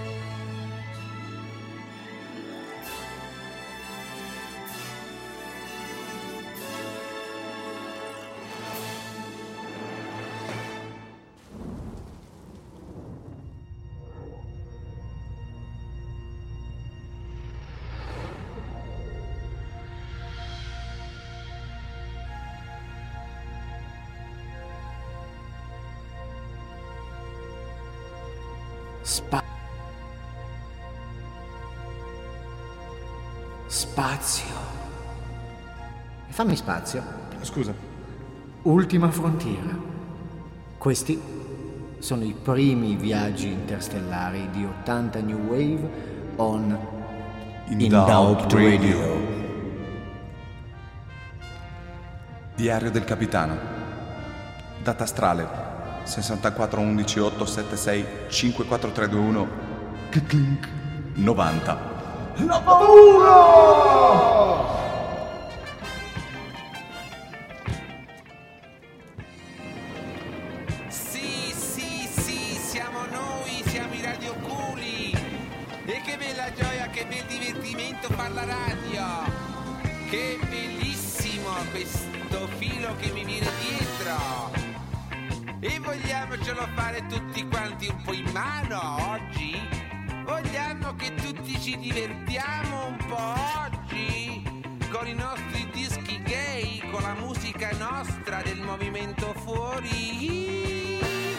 Spa- spazio. Fammi spazio. Scusa. Ultima frontiera. Questi sono i primi viaggi interstellari di ottanta New Wave on Indaupt Radio. Diario del capitano. Data astrale sessantaquattro undici ottocentosettantasei cinquantaquattro trecentoventuno novanta. La paura! far la radio. Che bellissimo questo filo che mi viene dietro. E vogliamocelo fare tutti quanti un po' in mano oggi? Vogliamo che tutti ci divertiamo un po' oggi? Con i nostri dischi gay, con la musica nostra del movimento fuori.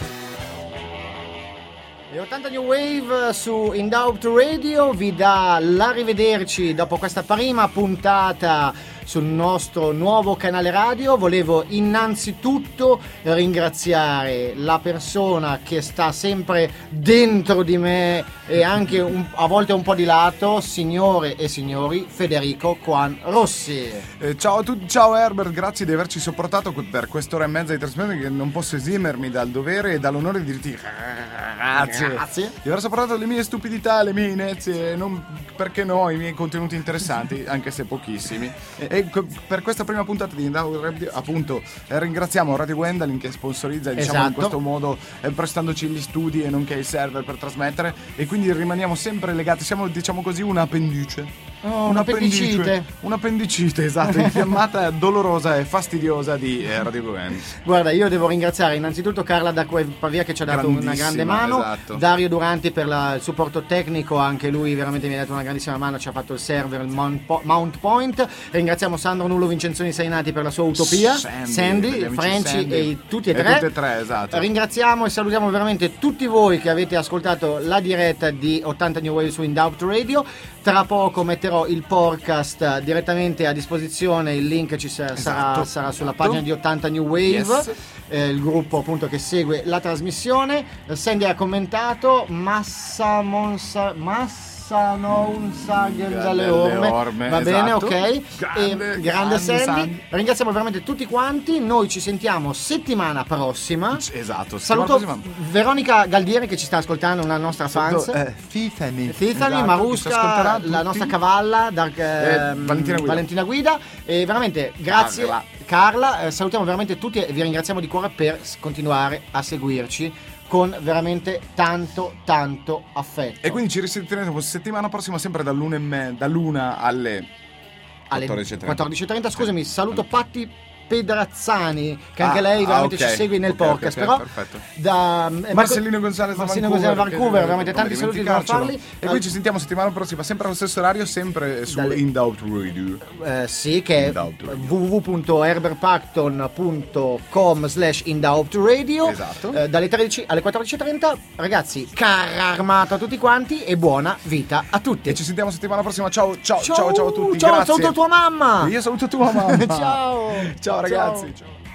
E ottanta New Wave su In Doubt Radio vi dà l'arrivederci dopo questa prima puntata sul nostro nuovo canale radio. Volevo innanzitutto ringraziare la persona che sta sempre dentro di me e anche un, a volte un po' di lato, signore e signori, Federico Quan Rossi. Eh, ciao a tutti, ciao Herbert, grazie di averci sopportato per quest'ora e mezza di trasmissione, che non posso esimermi dal dovere e dall'onore di dirti grazie, Grazie. di aver sopportato le mie stupidità, le mie inezie, non, perché no, i miei contenuti interessanti, anche se pochissimi. E, e co- per questa prima puntata di Indau Radio, appunto, eh, ringraziamo Radio Gwendolyn che sponsorizza, diciamo, Esatto. in questo modo, eh, prestandoci gli studi e nonché il server per trasmettere, e quindi rimaniamo sempre legati, siamo, diciamo così, un appendice. Oh, un'appendicite. Un'appendicite, esatto, infiammata, dolorosa e fastidiosa di eh, Radio Gwendolyn. Guarda, io devo ringraziare innanzitutto Carla da Pavia che ci ha dato una grande mano, esatto. Dario Duranti per la- il supporto tecnico, anche lui veramente mi ha dato una grandissima mano, ci ha fatto il server, il Mount, Po- Mount Point. Ringraziamo Sandro Nullo Vincenzoni Sainati per la sua Utopia, Sandy, Sandy, degli amici Franci Sandy. e tutti e E tre. tutti e tre, esatto. Ringraziamo e salutiamo veramente tutti voi che avete ascoltato la diretta di ottanta New Wave su In Doubt Radio. Tra poco metterò il podcast direttamente a disposizione, il link ci sa- sarà, Esatto. sarà sulla pagina di ottanta New Wave. Yes. Eh, il gruppo appunto che segue la trasmissione. Eh, Sandy ha commentato Massa Monsa Massa non sa dalle Dalle orme. orme, Va bene, esatto. ok. Grande, E, grande grande Sandy. Sandy. Ringraziamo veramente tutti quanti. Noi ci sentiamo settimana prossima. Esatto. Saluto settimana prossima. Veronica Galdieri che ci sta ascoltando, una nostra fans. Saluto, eh, Tiffany. Tiffany, Esatto, ci Marusca, ascolterà la tutti. nostra cavalla, Dark, Eh, ehm, Valentina Guida. Valentina Guida. E veramente grazie Carla. Carla, eh, salutiamo veramente tutti e vi ringraziamo di cuore per s- continuare a seguirci con veramente tanto tanto affetto. E quindi ci risentiremo settimana prossima sempre dall'una, e me- dall'una alle alle quattordici e trenta. quattordici e trenta. Scusami, saluto Patti Pedrazzani che anche Ah, lei veramente ah, ok. ci segue nel Ok, podcast, ok, ok, però perfetto. da eh, Marcellino Gonzalez da Marcellino Vancouver, Gonzalez da Vancouver, che- veramente come tanti saluti da dimenticarcelo. farli. E qui ci sentiamo settimana prossima sempre allo stesso orario, sempre su Dalle- In Doubt Radio. Eh, sì, che è Indoubt Radio. w w w punto herbert pacton punto com slash indoubt radio. Esatto. Eh, dalle tredici alle quattordici e trenta. Ragazzi, carra armata a tutti quanti e buona vita a tutti. E ci sentiamo settimana prossima. Ciao, ciao, ciao, ciao a tutti. Ciao, Grazie. saluto tua mamma. Io saluto tua mamma. Ciao. Ciao ragazzi. Ciao. Ciao.